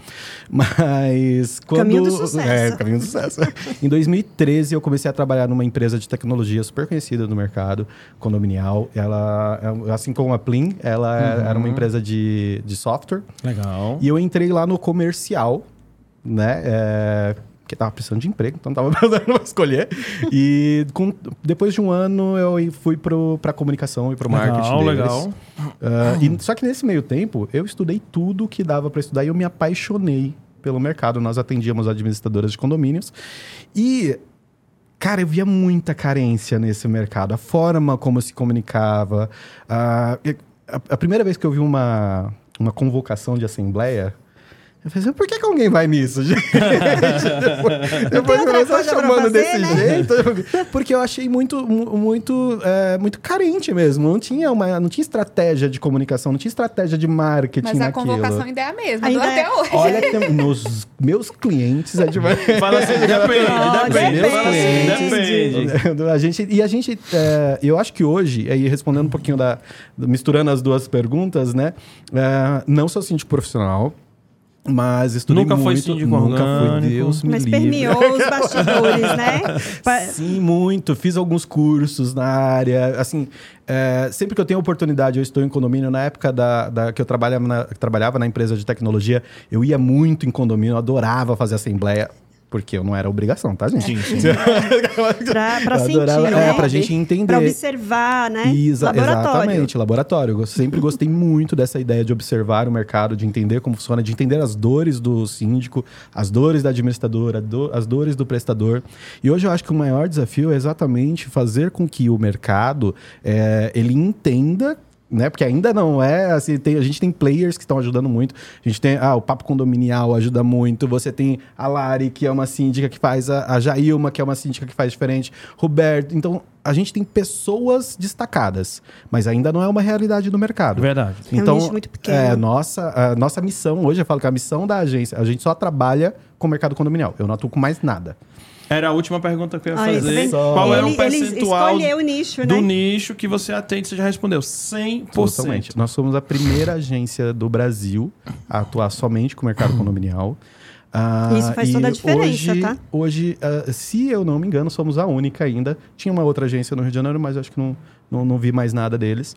Mas quando... Caminho do sucesso. Caminho do sucesso. Em 2013, eu comecei a trabalhar numa empresa de tecnologia super conhecida no mercado condominial. Ela, assim como a Plim, ela era uma empresa de software. Legal. E eu entrei lá no comercial, né? Porque tava precisando de emprego, então tava precisando escolher. E depois de um ano eu fui pra comunicação e pro marketing deles. Legal. Só que nesse meio tempo eu estudei tudo que dava para estudar e eu me apaixonei pelo mercado. Nós atendíamos administradoras de condomínios e, cara, eu via muita carência nesse mercado. A forma como se comunicava. A primeira vez que eu vi uma convocação de assembleia, eu falei assim, por que alguém vai nisso, gente? Depois começou chamando desse jeito. Porque eu achei muito carente mesmo. Não tinha estratégia de comunicação, não tinha estratégia de marketing naquilo. Mas a convocação ainda é a mesma, até hoje. Olha, nos meus clientes... Fala assim, depende. Eu acho que hoje, aí respondendo um pouquinho misturando as duas perguntas, né? Não sou síndico profissional, mas estudei nunca muito. Foi síndico nunca orgânico. Foi, Deus me Mas livre. permeou os bastidores, né? Sim, muito. Fiz alguns cursos na área. Assim, sempre que eu tenho oportunidade, eu estou em condomínio. Na época que eu trabalhava na empresa de tecnologia, eu ia muito em condomínio, eu adorava fazer assembleia. Porque eu não era obrigação, tá, gente? Sim. Pra sentir, né? Pra gente entender. Pra observar, né? Exatamente, laboratório. Eu sempre gostei muito dessa ideia de observar o mercado, de entender como funciona, de entender as dores do síndico, as dores da administradora, as dores do prestador. E hoje eu acho que o maior desafio é exatamente fazer com que o mercado, ele entenda, né? Porque ainda não é assim, a gente tem players que estão ajudando muito. A gente tem o Papo Condominial ajuda muito. Você tem a Lari, que é uma síndica que faz, a Jailma, que é uma síndica que faz diferente, Roberto. Então, a gente tem pessoas destacadas, mas ainda não é uma realidade do mercado. Verdade. É Então, um nicho muito pequeno. A nossa missão hoje, eu falo que a missão da agência, a gente só trabalha com o mercado condominial. Eu não atuo com mais nada. Era a última pergunta que eu ia fazer. Só. Qual é o percentual escolheu o nicho, do né? nicho que você atende? Você já respondeu 100%. Totalmente. Nós somos a primeira agência do Brasil a atuar somente com o mercado condominial. Isso faz toda a diferença, tá? Hoje, se eu não me engano, somos a única ainda. Tinha uma outra agência no Rio de Janeiro, mas acho que não vi mais nada deles.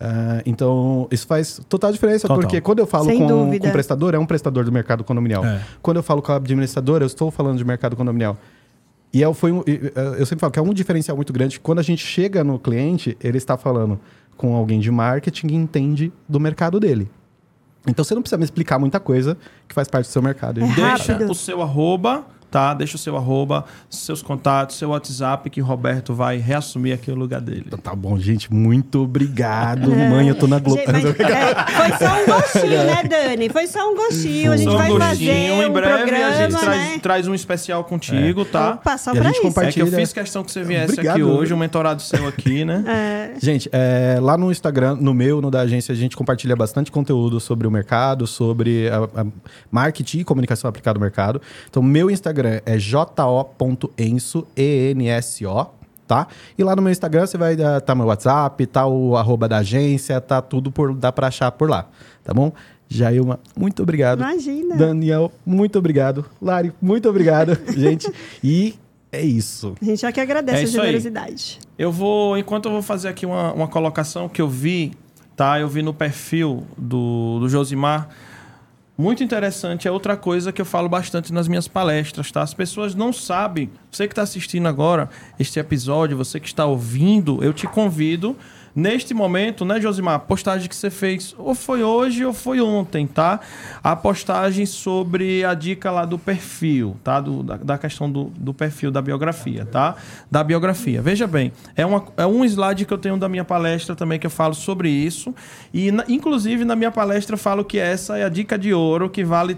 Então, isso faz total diferença, porque quando eu falo com o prestador, é um prestador do mercado condominial. Quando eu falo com a administradora, eu estou falando de mercado condominial. E eu sempre falo que é um diferencial muito grande. Quando a gente chega no cliente, ele está falando com alguém de marketing que entende do mercado dele. Então, você não precisa me explicar muita coisa que faz parte do seu mercado. Deixa o seu arroba, tá? Deixa o seu arroba, seus contatos, seu WhatsApp, que o Roberto vai reassumir aqui o lugar dele. Tá bom, gente. Muito obrigado. Mãe, eu tô na Globo. Foi só um gostinho, né, Dani? Foi só um gostinho. A gente vai fazer em breve programa, a gente né? traz um especial contigo, tá? Opa, só E a pra gente isso. compartilha. É que eu fiz questão que você viesse Obrigado. aqui hoje, um mentorado seu aqui, né? Gente, lá no Instagram, no da agência, a gente compartilha bastante conteúdo sobre o mercado, sobre a marketing e comunicação aplicada ao mercado. Então, meu Instagram é jo.enso, ENSO. tá? E lá no meu Instagram você vai tá meu WhatsApp, tá o @ da agência, tá tudo dá pra achar por lá, tá bom? Jailma, muito obrigado. Imagina. Daniel, muito obrigado. Lari, muito obrigado, gente. E é isso. A gente já que agradece a isso aí. generosidade. Enquanto eu vou fazer aqui uma colocação que eu vi, tá? Eu vi no perfil do Josimar. Muito interessante, é outra coisa que eu falo bastante nas minhas palestras, tá? As pessoas não sabem, você que está assistindo agora este episódio, você que está ouvindo, eu te convido, neste momento, né, Josimar, a postagem que você fez, ou foi hoje ou foi ontem, tá? A postagem sobre a dica lá do perfil, tá? Da questão do perfil da biografia, tá? Da biografia. Veja bem, é um slide que eu tenho da minha palestra também que eu falo sobre isso. E, inclusive, na minha palestra eu falo que essa é a dica de ouro, que vale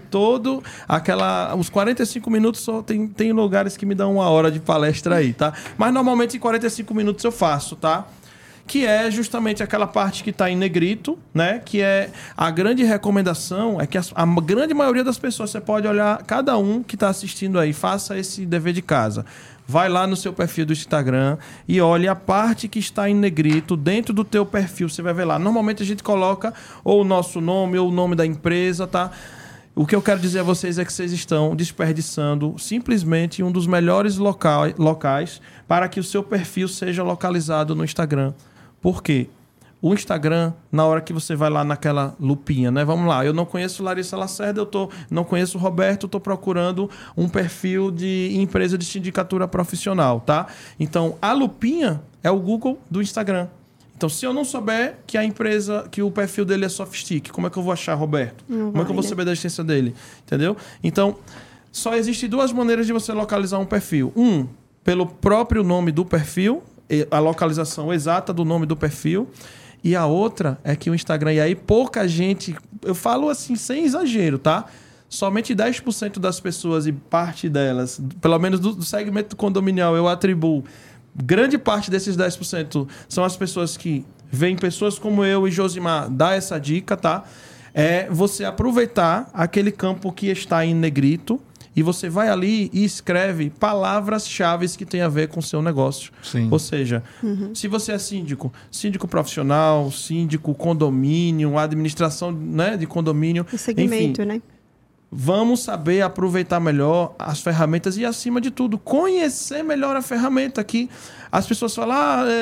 os 45 minutos, só tem lugares que me dão 1 hora de palestra aí, tá? Mas normalmente em 45 minutos eu faço, tá? Que é justamente aquela parte que está em negrito, né? Que é a grande recomendação, é que a grande maioria das pessoas, você pode olhar, cada um que está assistindo aí, faça esse dever de casa. Vai lá no seu perfil do Instagram e olhe a parte que está em negrito dentro do teu perfil, você vai ver lá. Normalmente a gente coloca ou o nosso nome ou o nome da empresa, tá? O que eu quero dizer a vocês é que vocês estão desperdiçando simplesmente um dos melhores locais para que o seu perfil seja localizado no Instagram. Por quê? O Instagram, na hora que você vai lá naquela lupinha, né? Vamos lá, eu não conheço Larissa Lacerda, não conheço Roberto, estou procurando um perfil de empresa de sindicatura profissional, tá? Então, a lupinha é o Google do Instagram. Então, se eu não souber que a empresa, que o perfil dele é Sofistic, como é que eu vou achar Roberto? Como é que eu vou saber da existência dele? Entendeu? Então, só existem 2 maneiras de você localizar um perfil. Pelo próprio nome do perfil, a localização exata do nome do perfil. E a outra é que o Instagram, e aí pouca gente, eu falo assim sem exagero, tá? Somente 10% das pessoas e parte delas, pelo menos do segmento condominial, eu atribuo. Grande parte desses 10% são as pessoas que veem pessoas como eu e Josimar dar essa dica, tá? É você aproveitar aquele campo que está em negrito e você vai ali e escreve palavras-chave que tem a ver com o seu negócio. Sim. Ou seja, se você é síndico profissional, síndico, condomínio, administração, né, de condomínio. O segmento, enfim, né? Vamos saber aproveitar melhor as ferramentas e, acima de tudo, conhecer melhor a ferramenta. Que as pessoas falam,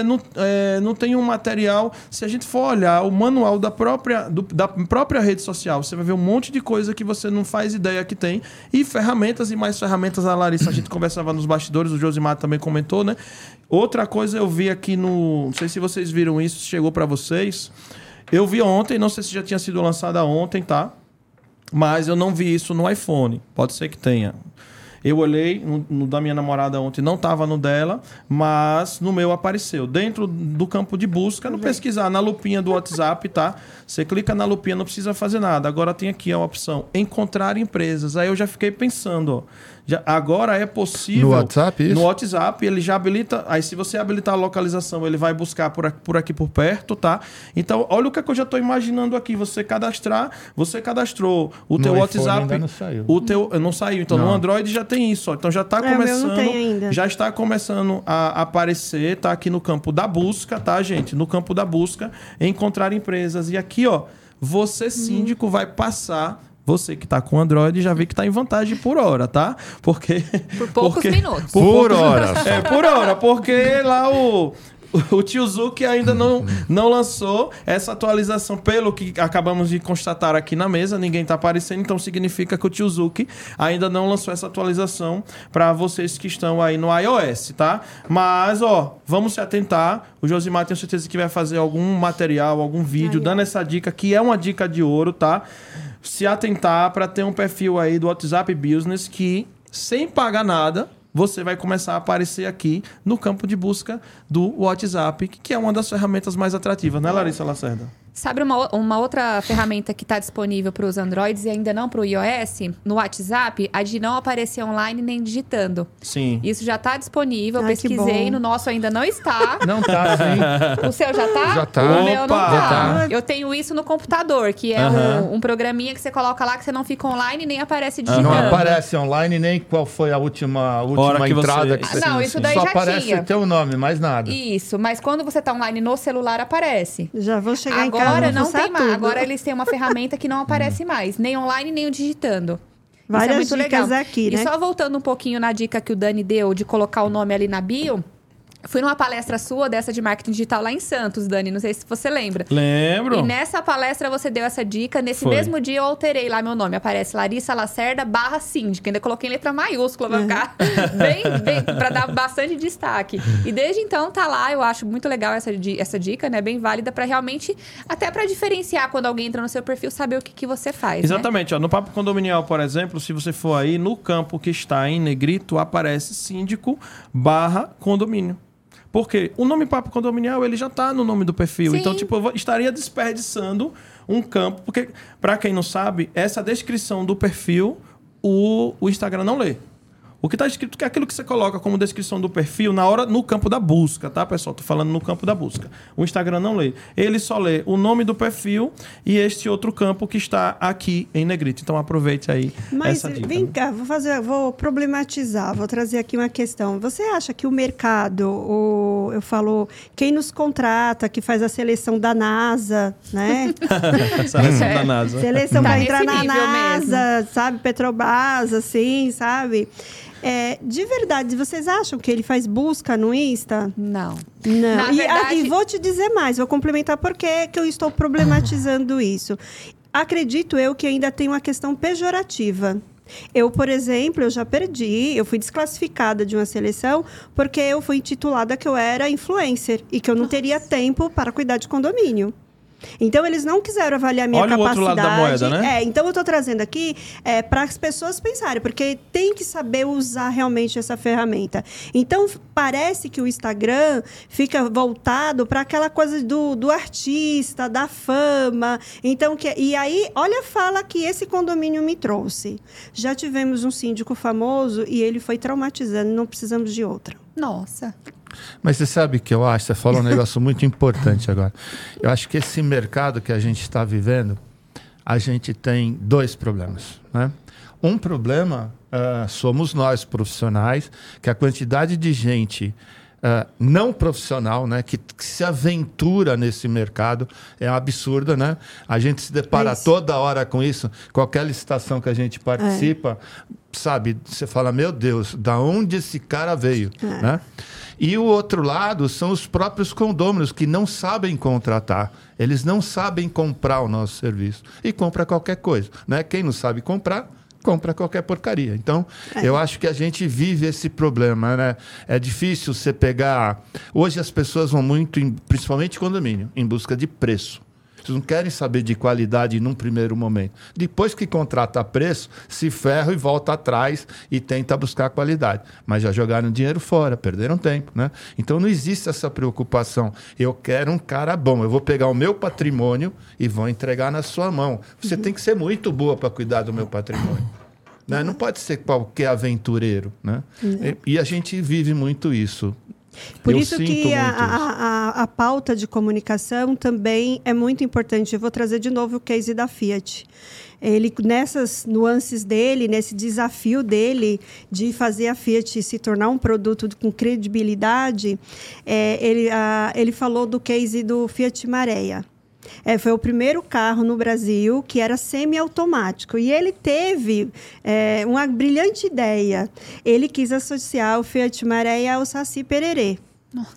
não tem um material. Se a gente for olhar o manual da própria rede social, você vai ver um monte de coisa que você não faz ideia que tem. E ferramentas e mais ferramentas. A Larissa, a gente conversava nos bastidores, o Josimar também comentou, né? Outra coisa eu vi aqui não sei se vocês viram isso, chegou para vocês. Eu vi ontem, não sei se já tinha sido lançada ontem, tá? Mas eu não vi isso no iPhone. Pode ser que tenha. Eu olhei no da minha namorada ontem, não estava no dela, mas no meu apareceu. Dentro do campo de busca, não pesquisar, na lupinha do WhatsApp, tá? Você clica na lupinha, não precisa fazer nada. Agora tem aqui a opção encontrar empresas. Aí eu já fiquei pensando, ó. Agora é possível... No WhatsApp, isso? No WhatsApp, ele já habilita... Aí se você habilitar a localização, ele vai buscar por aqui por perto, tá? Então, olha o que eu já estou imaginando aqui. Você cadastrou o teu WhatsApp... Ainda não saiu. Não saiu. Então, no Android já tem isso, ó. Então, já está começando... Não tem ainda. Já está começando a aparecer, tá? Aqui no campo da busca, tá, gente? No campo da busca, encontrar empresas. E aqui, ó, você, síndico, vai passar... Você que está com Android já vê que está em vantagem por hora, tá? Porque... Por poucos minutos. Por hora. Por hora, porque lá o tio Zuki ainda não lançou essa atualização, pelo que acabamos de constatar aqui na mesa, ninguém está aparecendo, então significa que o tio Zuki ainda não lançou essa atualização para vocês que estão aí no iOS, tá? Mas, ó, vamos se atentar. O Josimar, tenho certeza que vai fazer algum material, algum vídeo, dando essa dica, que é uma dica de ouro, tá? Se atentar para ter um perfil aí do WhatsApp Business que, sem pagar nada, você vai começar a aparecer aqui no campo de busca do WhatsApp, que é uma das ferramentas mais atrativas, né, Larissa Lacerda? Sabe uma outra ferramenta que está disponível para os Androids e ainda não para o iOS? No WhatsApp, a de não aparecer online nem digitando. Sim. Isso já está disponível, eu Ai, que pesquisei, bom. no nosso ainda não está. Não tá, sim. O seu já tá? Já tá. O meu não Opa! tá. Já tá. Eu tenho isso no computador, que é Aham. um programinha que você coloca lá que você não fica online e nem aparece digitando. Não aparece online nem qual foi a última Hora que entrada você- que você... Não, isso daí Só já aparece tinha. teu nome, mais nada. Isso, mas quando você tá online no celular, aparece. Já vou chegar em casa. Agora vou não fuçar tem mais. tudo. Agora eles têm uma ferramenta que não aparece mais. Nem online, nem o digitando. Várias Isso é muito dicas legal. aqui, né? E só voltando um pouquinho na dica que o Dani deu de colocar o nome ali na bio... Fui numa palestra sua dessa de marketing digital lá em Santos, Dani. Não sei se você lembra. Lembro. E nessa palestra você deu essa dica. Nesse Foi. mesmo dia eu alterei lá meu nome. Aparece Larissa Lacerda /síndica. Ainda coloquei em letra maiúscula pra ficar bem, pra dar bastante destaque. E desde então tá lá. Eu acho muito legal essa dica, né? Bem válida pra realmente, até pra diferenciar quando alguém entra no seu perfil, saber o que você faz, né? Exatamente. Ó, no Papo Condominial, por exemplo, se você for aí, no campo que está em negrito, aparece síndico /condomínio. Porque o nome Papo Condominial, ele já está no nome do perfil. Sim. Então, tipo, estaria desperdiçando um campo. Porque, para quem não sabe, essa descrição do perfil, o Instagram não lê. O que está escrito que é aquilo que você coloca como descrição do perfil no campo da busca, tá, pessoal? Tô falando no campo da busca. O Instagram não lê. Ele só lê o nome do perfil e este outro campo que está aqui em negrito. Então aproveite aí Mas essa dica. vem né? cá, vou problematizar, vou trazer aqui uma questão. Você acha que o mercado, eu falo, quem nos contrata, que faz a seleção da NASA, né? Seleção da NASA. Seleção Tá para nesse entrar na nível NASA, sabe? Petrobras, assim, sabe? De verdade, vocês acham que ele faz busca no Insta? Não. Não. Na E verdade- vou te dizer mais, vou complementar porque que eu estou problematizando isso. Acredito eu que ainda tem uma questão pejorativa. Eu, por exemplo, eu já perdi, eu fui desclassificada de uma seleção porque eu fui intitulada que eu era influencer e que eu não teria tempo para cuidar de condomínio. Então, eles não quiseram avaliar a minha Olha o capacidade. outro lado da moeda, né? Então, eu estou trazendo aqui para as pessoas pensarem, porque tem que saber usar realmente essa ferramenta. Então, parece que o Instagram fica voltado para aquela coisa do artista, da fama. Então, e aí, olha a fala que esse condomínio me trouxe. Já tivemos um síndico famoso e ele foi traumatizando, não precisamos de outra. Nossa. Mas você sabe que eu acho, você falou um negócio muito importante agora. Eu acho que esse mercado que a gente está vivendo, a gente tem dois problemas, né? Um problema somos nós, profissionais, que a quantidade de gente não profissional, né, que se aventura nesse mercado é absurda, né? A gente se depara toda hora com isso. Qualquer licitação que a gente participa, sabe, você fala, meu Deus, da onde esse cara veio, né? E o outro lado são os próprios condôminos que não sabem contratar. Eles não sabem comprar o nosso serviço. E compra qualquer coisa, né? Quem não sabe comprar, compra qualquer porcaria. Então, eu acho que a gente vive esse problema, né? É difícil você pegar... Hoje as pessoas vão muito, principalmente condomínio, em busca de preço. Vocês não querem saber de qualidade num primeiro momento. Depois que contrata a preço, se ferra e volta atrás e tenta buscar qualidade. Mas já jogaram dinheiro fora, perderam tempo, né? Então não existe essa preocupação. Eu quero um cara bom, eu vou pegar o meu patrimônio e vou entregar na sua mão. Você tem que ser muito boa para cuidar do meu patrimônio. Né? Não pode ser qualquer aventureiro, né? E a gente vive muito isso. Por Eu isso sinto que muito isso. a pauta de comunicação também é muito importante. Eu vou trazer de novo o case da Fiat. Ele, nessas nuances dele, nesse desafio dele de fazer a Fiat se tornar um produto com credibilidade, ele falou do case do Fiat Marea. Foi o primeiro carro no Brasil que era semiautomático. E ele teve uma brilhante ideia. Ele quis associar o Fiat Marea ao Saci Pererê. Nossa.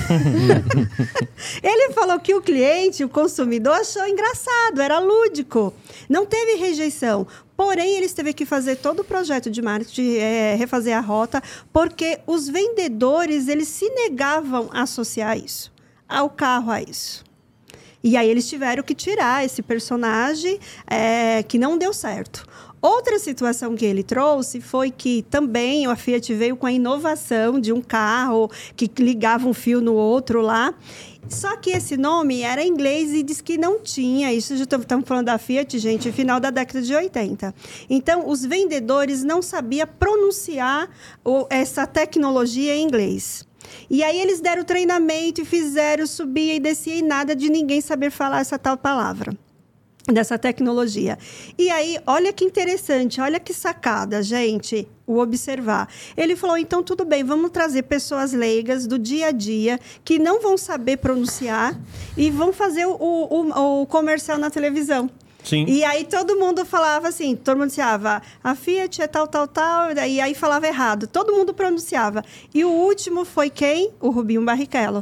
Ele falou que o cliente, o consumidor, achou engraçado, era lúdico. Não teve rejeição. Porém, eles teve que fazer todo o projeto de marketing, refazer a rota, porque os vendedores eles se negavam a associar isso, ao carro a isso. E aí eles tiveram que tirar esse personagem que não deu certo. Outra situação que ele trouxe foi que também a Fiat veio com a inovação de um carro que ligava um fio no outro lá. Só que esse nome era em inglês e diz que não tinha. Isso já estamos falando da Fiat, gente, final da década de 80. Então, os vendedores não sabiam pronunciar essa tecnologia em inglês. E aí eles deram treinamento e fizeram, subia e descia e nada de ninguém saber falar essa tal palavra. Dessa tecnologia. E aí, olha que interessante, olha que sacada, gente, o observar. Ele falou, então tudo bem, vamos trazer pessoas leigas do dia a dia que não vão saber pronunciar e vão fazer o comercial na televisão. Sim. E aí todo mundo falava assim, todo mundo pronunciava, a Fiat é tal, tal, tal, e aí falava errado. Todo mundo pronunciava. E o último foi quem? O Rubinho Barrichello.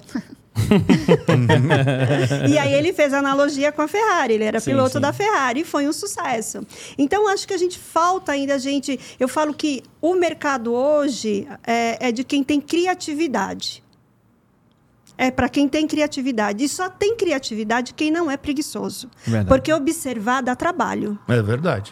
E aí ele fez analogia com a Ferrari, ele era piloto da Ferrari e foi um sucesso. Então acho que a gente falta ainda, eu falo que o mercado hoje é de quem tem criatividade. É para quem tem criatividade. E só tem criatividade quem não é preguiçoso. Verdade. Porque observar dá trabalho. É verdade.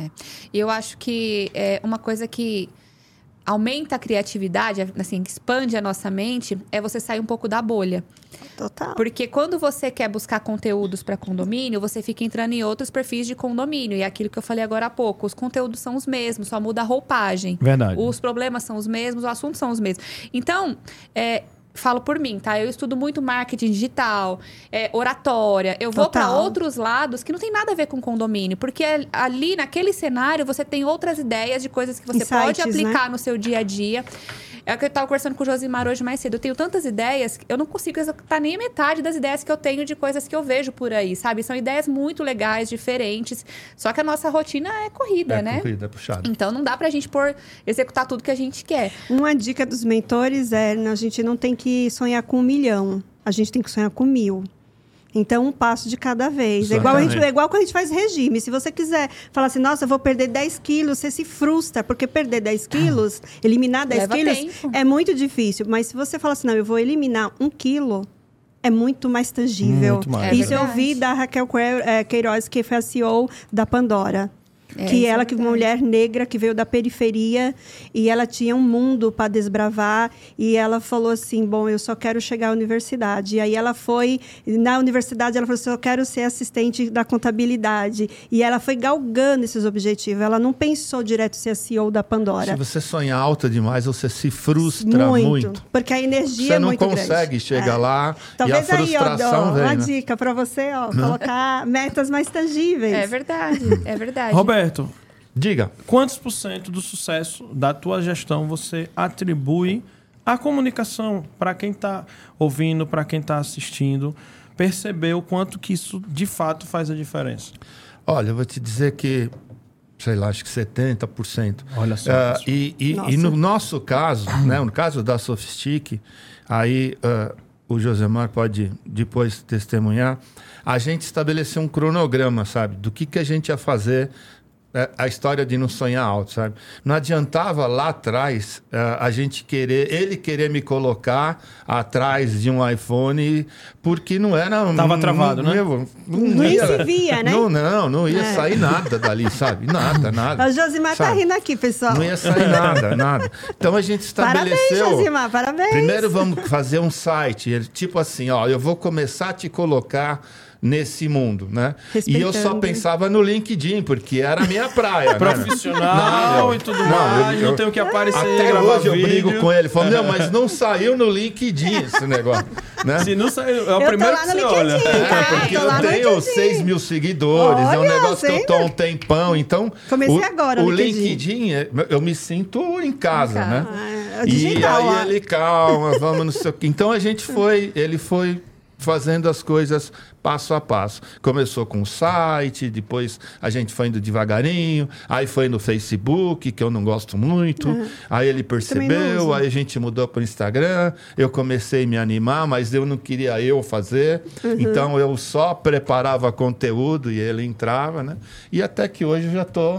E eu acho que uma coisa que aumenta a criatividade, assim, expande a nossa mente, é você sair um pouco da bolha. Total. Porque quando você quer buscar conteúdos para condomínio, você fica entrando em outros perfis de condomínio. E é aquilo que eu falei agora há pouco, os conteúdos são os mesmos, só muda a roupagem. Verdade. Os problemas são os mesmos, os assuntos são os mesmos. Então, falo por mim, tá? Eu estudo muito marketing digital, oratória. Eu vou para outros lados que não tem nada a ver com condomínio. Porque ali, naquele cenário, você tem outras ideias de coisas que você pode aplicar no seu dia a dia. É o que eu estava conversando com o Josimar hoje mais cedo. Eu tenho tantas ideias, eu não consigo executar nem a metade das ideias que eu tenho de coisas que eu vejo por aí, sabe? São ideias muito legais, diferentes. Só que a nossa rotina é corrida, né? Corrida, é puxada. Então, não dá pra gente executar tudo que a gente quer. Uma dica dos mentores a gente não tem que sonhar com 1 milhão. A gente tem que sonhar com 1000. Então, um passo de cada vez. É igual quando a gente faz regime. Se você quiser falar assim, nossa, eu vou perder 10 quilos, você se frustra. Porque perder 10 quilos, eliminar 10 quilos, tempo. É muito difícil. Mas se você falar assim, não, eu vou eliminar 1 quilo, é muito mais tangível. Muito mais. Isso eu ouvi da Raquel Queiroz, que foi a CEO da Pandora. Que ela, que uma mulher negra que veio da periferia e ela tinha um mundo para desbravar e ela falou assim, bom, eu só quero chegar à universidade. E aí ela foi, na universidade ela falou assim, eu quero ser assistente da contabilidade. E ela foi galgando esses objetivos. Ela não pensou direto ser a CEO da Pandora. Se você sonha alto demais, você se frustra muito. Porque a energia é muito grande. Você não consegue chegar lá. Talvez e a frustração aí, vem, uma né? dica para você, colocar metas mais tangíveis. É verdade, é verdade. Roberto, Diga. quantos % do sucesso da tua gestão você atribui à comunicação? Para quem está ouvindo, para quem está assistindo, perceber o quanto que isso de fato faz a diferença? Olha, eu vou te dizer que, sei lá, acho que 70%. Olha só. E no nosso caso, né, no caso da Sofistic, aí o Josemar pode depois testemunhar, a gente estabeleceu um cronograma, sabe? Do que a gente ia fazer, a história de não sonhar alto, sabe? Não adiantava lá atrás ele querer me colocar atrás de um iPhone, porque não era... Tava travado, né? Nem se via, né? Não ia sair nada dali, sabe? Nada. O Josimar tá rindo aqui, pessoal. Não ia sair nada. Então a gente estabeleceu... Parabéns, Josimar, parabéns. Primeiro vamos fazer um site, tipo assim, ó, eu vou começar a te colocar nesse mundo, né? E eu só pensava no LinkedIn, porque era a minha praia. Profissional, né? E tudo mais, não tenho que aparecer. Até hoje eu brigo com ele, falando, não, mas não saiu no LinkedIn esse negócio, né? Se não saiu, é o primeiro que você olha. Porque eu tenho 6 mil seguidores, é um negócio que eu tô há um tempão, então... Comecei agora o LinkedIn, eu me sinto em casa, né? Digital, e aí ele, calma, vamos no seu... Então ele foi fazendo as coisas passo a passo. Começou com o site, depois a gente foi indo devagarinho, aí foi no Facebook, que eu não gosto muito, aí ele percebeu, aí a gente mudou para o Instagram, eu comecei a me animar, mas eu não queria fazer, então eu só preparava conteúdo e ele entrava, né? E até que hoje eu já estou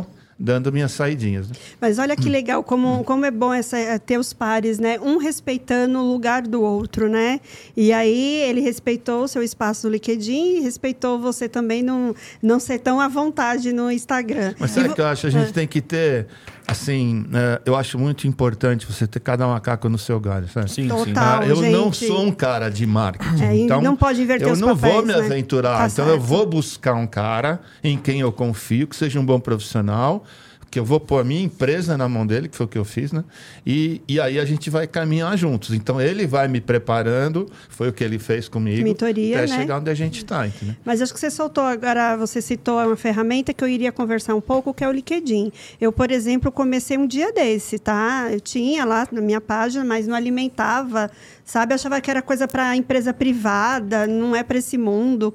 dando minhas saidinhas. Né? Mas olha que legal, como é bom ter os pares, né? Um respeitando o lugar do outro, né? E aí ele respeitou o seu espaço no LinkedIn e respeitou você também não ser tão à vontade no Instagram. Mas sabe o que eu acho? A gente tem que ter, assim, eu acho muito importante você ter cada macaco no seu galho, sabe? Sim, Total, eu gente. não sou um cara de marketing. Então, não pode inverter os papéis, eu não vou me né? aventurar. Tá então, certo. eu vou buscar um cara em quem eu confio, que seja um bom profissional, que eu vou pôr a minha empresa na mão dele, que foi o que eu fiz, né? E aí a gente vai caminhar juntos. Então, ele vai me preparando, foi o que ele fez comigo, mentoria, até né? chegar onde a gente está, entendeu? Mas acho que você soltou agora, você citou uma ferramenta que eu iria conversar um pouco, que é o LinkedIn. Eu, por exemplo, comecei um dia desse, tá? Eu tinha lá na minha página, mas não alimentava, sabe? Eu achava que era coisa para empresa privada, não é para esse mundo.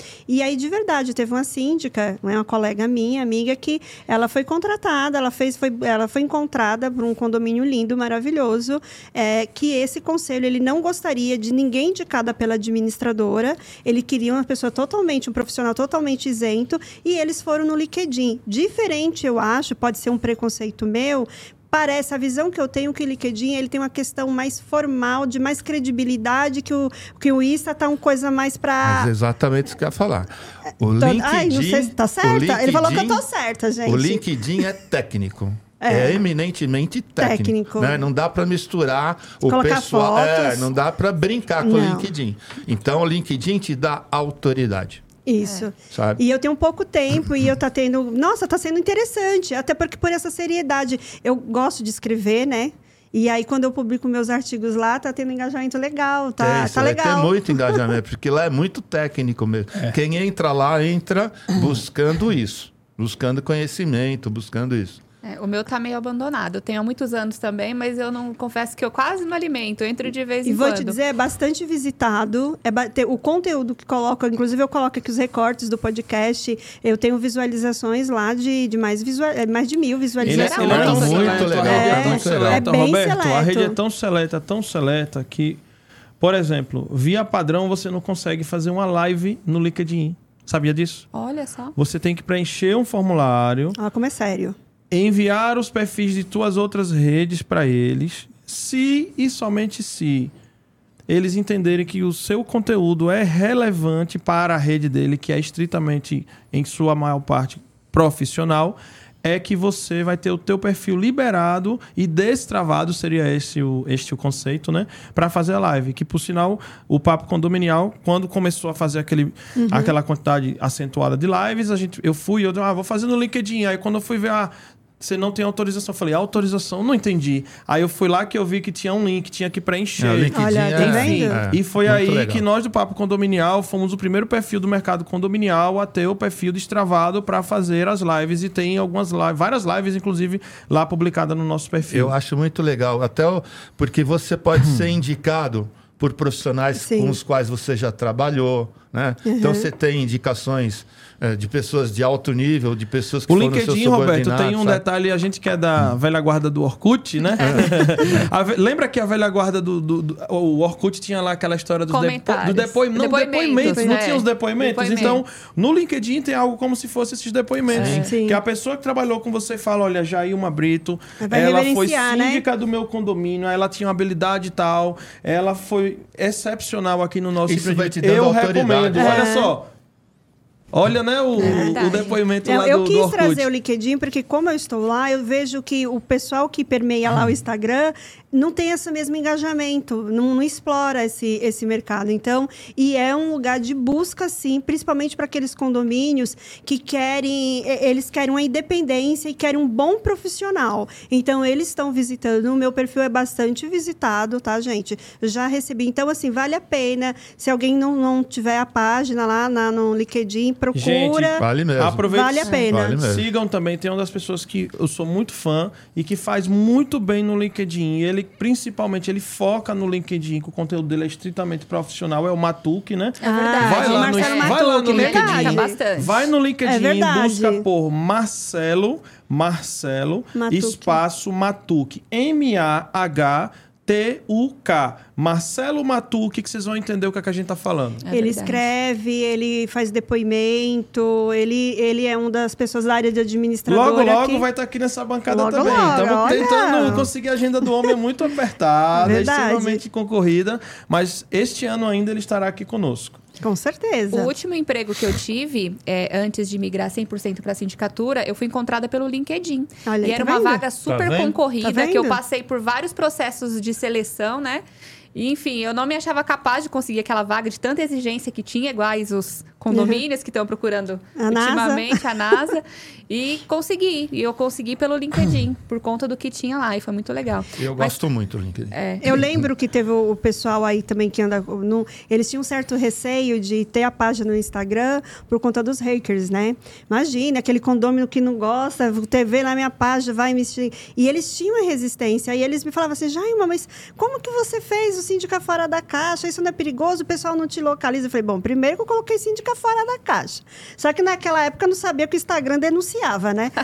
E aí, de verdade, teve uma síndica, uma colega minha, amiga, que ela foi contratada, ela foi encontrada por um condomínio lindo, maravilhoso, que esse conselho, ele não gostaria de ninguém indicada pela administradora, ele queria uma pessoa um profissional totalmente isento, e eles foram no LinkedIn. Diferente, eu acho, pode ser um preconceito meu, parece, a visão que eu tenho que o LinkedIn, ele tem uma questão mais formal, de mais credibilidade, que o Insta tá uma coisa mais para... Mas exatamente isso que eu ia falar. O LinkedIn... Ai, não sei se tá certa. Ele falou que eu tô certa, gente. O LinkedIn é técnico. É eminentemente técnico. Né? Não dá para misturar o colocar pessoal. fotos. Não dá para brincar com o LinkedIn. Então, o LinkedIn te dá autoridade. Isso. Sabe? E eu tenho pouco tempo e eu tá tendo... Nossa, tá sendo interessante. Até porque por essa seriedade. Eu gosto de escrever, né? E aí, quando eu publico meus artigos lá, tá tendo engajamento legal. Tá legal. Tem muito engajamento, porque lá é muito técnico mesmo. Quem entra lá, entra buscando isso. Buscando conhecimento, buscando isso. O meu tá meio abandonado. Eu tenho há muitos anos também, mas eu não confesso que eu quase não alimento. Eu entro de vez em quando. E vou te dizer, é bastante visitado. O conteúdo que coloca, inclusive eu coloco aqui os recortes do podcast. Eu tenho visualizações lá de mais de 1.000 visualizações. Ele é tão muito seleto, legal. É Muito legal. É bem Roberto, a seleto. rede é tão seleta que, por exemplo, via padrão você não consegue fazer uma live no LinkedIn. Sabia disso? Olha só. Você tem que preencher um formulário, Olha como é sério. enviar os perfis de tuas outras redes para eles, se e somente se eles entenderem que o seu conteúdo é relevante para a rede dele, que é estritamente, em sua maior parte, profissional, é que você vai ter o teu perfil liberado e destravado, seria este o conceito, né? Para fazer a live. Que, por sinal, o Papo Condominial, quando começou a fazer aquela quantidade acentuada de lives, eu vou fazer no LinkedIn. Aí, quando eu fui ver, você não tem autorização. Eu falei, autorização? Não entendi. Aí eu fui lá que eu vi que tinha um link, tinha que preencher. O LinkedIn Olha, tá vendo? E foi muito aí legal. que nós do Papo Condominial fomos o primeiro perfil do mercado condominial a ter o perfil destravado para fazer as lives. E tem várias lives, inclusive, lá publicadas no nosso perfil. Eu acho muito legal. Até porque você pode ser indicado por profissionais Sim. com os quais você já trabalhou, né? Então, você tem indicações de pessoas de alto nível, de pessoas que O foram seus LinkedIn, Roberto, subordinados, tem um sabe? detalhe, a gente que é da velha guarda do Orkut, né? Lembra que a velha guarda o Orkut tinha lá aquela história dos Comentários. depoimentos. Não tinha os depoimentos? Depoimento. Então, no LinkedIn tem algo como se fosse esses depoimentos. Sim. Que a pessoa que trabalhou com você fala, olha, Jailma Brito, Vai ela foi reverenciar, né? síndica do meu condomínio, ela tinha uma habilidade tal, ela foi excepcional aqui no nosso Isso vai te empreendimento. dando Eu autoridade. recomendo, olha só. Olha, né, o verdade. depoimento lá Eu do quis Orkut. trazer o LinkedIn porque, como eu estou lá, eu vejo que o pessoal que permeia lá o Instagram não tem esse mesmo engajamento, não explora esse mercado. Então, e é um lugar de busca, sim, principalmente para aqueles condomínios que eles querem uma independência e querem um bom profissional. Então, eles estão visitando. O meu perfil é bastante visitado, tá, gente? Eu já recebi. Então, assim, vale a pena. Se alguém não tiver a página lá no LinkedIn, procura. Gente, Vale mesmo. Aproveite, Vale a pena. Vale mesmo. Sigam também, tem uma das pessoas que eu sou muito fã e que faz muito bem no LinkedIn. Ele, principalmente, ele foca no LinkedIn, que o conteúdo dele é estritamente profissional, é o Matuque, né? É verdade. Vai lá no- Marcelo vai lá no Matuque, LinkedIn. verdade. Bastante. Vai no LinkedIn, É verdade. busca por Marcelo Matuque. espaço Matuque. MAHTUQUE. Marcelo Matu, o que vocês vão entender o que a gente tá falando? Ele escreve, ele faz depoimento, ele é uma das pessoas da área de administradora. Logo vai estar aqui nessa bancada Logo, também. Estamos olha. tentando conseguir a agenda do homem, é muito apertada, Verdade. extremamente concorrida, mas este ano ainda ele estará aqui conosco. Com certeza. O último emprego que eu tive, antes de migrar 100% para a sindicatura, eu fui encontrada pelo LinkedIn. Olha, e era tá uma vendo? vaga super vendo? concorrida, Tá que eu vendo? passei por vários processos de seleção, né? E, enfim, eu não me achava capaz de conseguir aquela vaga de tanta exigência que tinha, iguais os condomínios que estão procurando A NASA. ultimamente, a NASA. E consegui. E eu consegui pelo LinkedIn, por conta do que tinha lá. E foi muito legal. Eu gosto muito do LinkedIn. Eu lembro que teve o pessoal aí também que anda... eles tinham um certo receio de ter a página no Instagram por conta dos hackers, né? Imagina, aquele condômino que não gosta, o TV na minha página vai me... E eles tinham a resistência. E eles me falavam assim, Jaima, mas como que você fez o síndica fora da caixa? Isso não é perigoso? O pessoal não te localiza? Eu falei, bom, primeiro que eu coloquei síndica fora da caixa. Só que naquela época eu não sabia que o Instagram denunciava, né?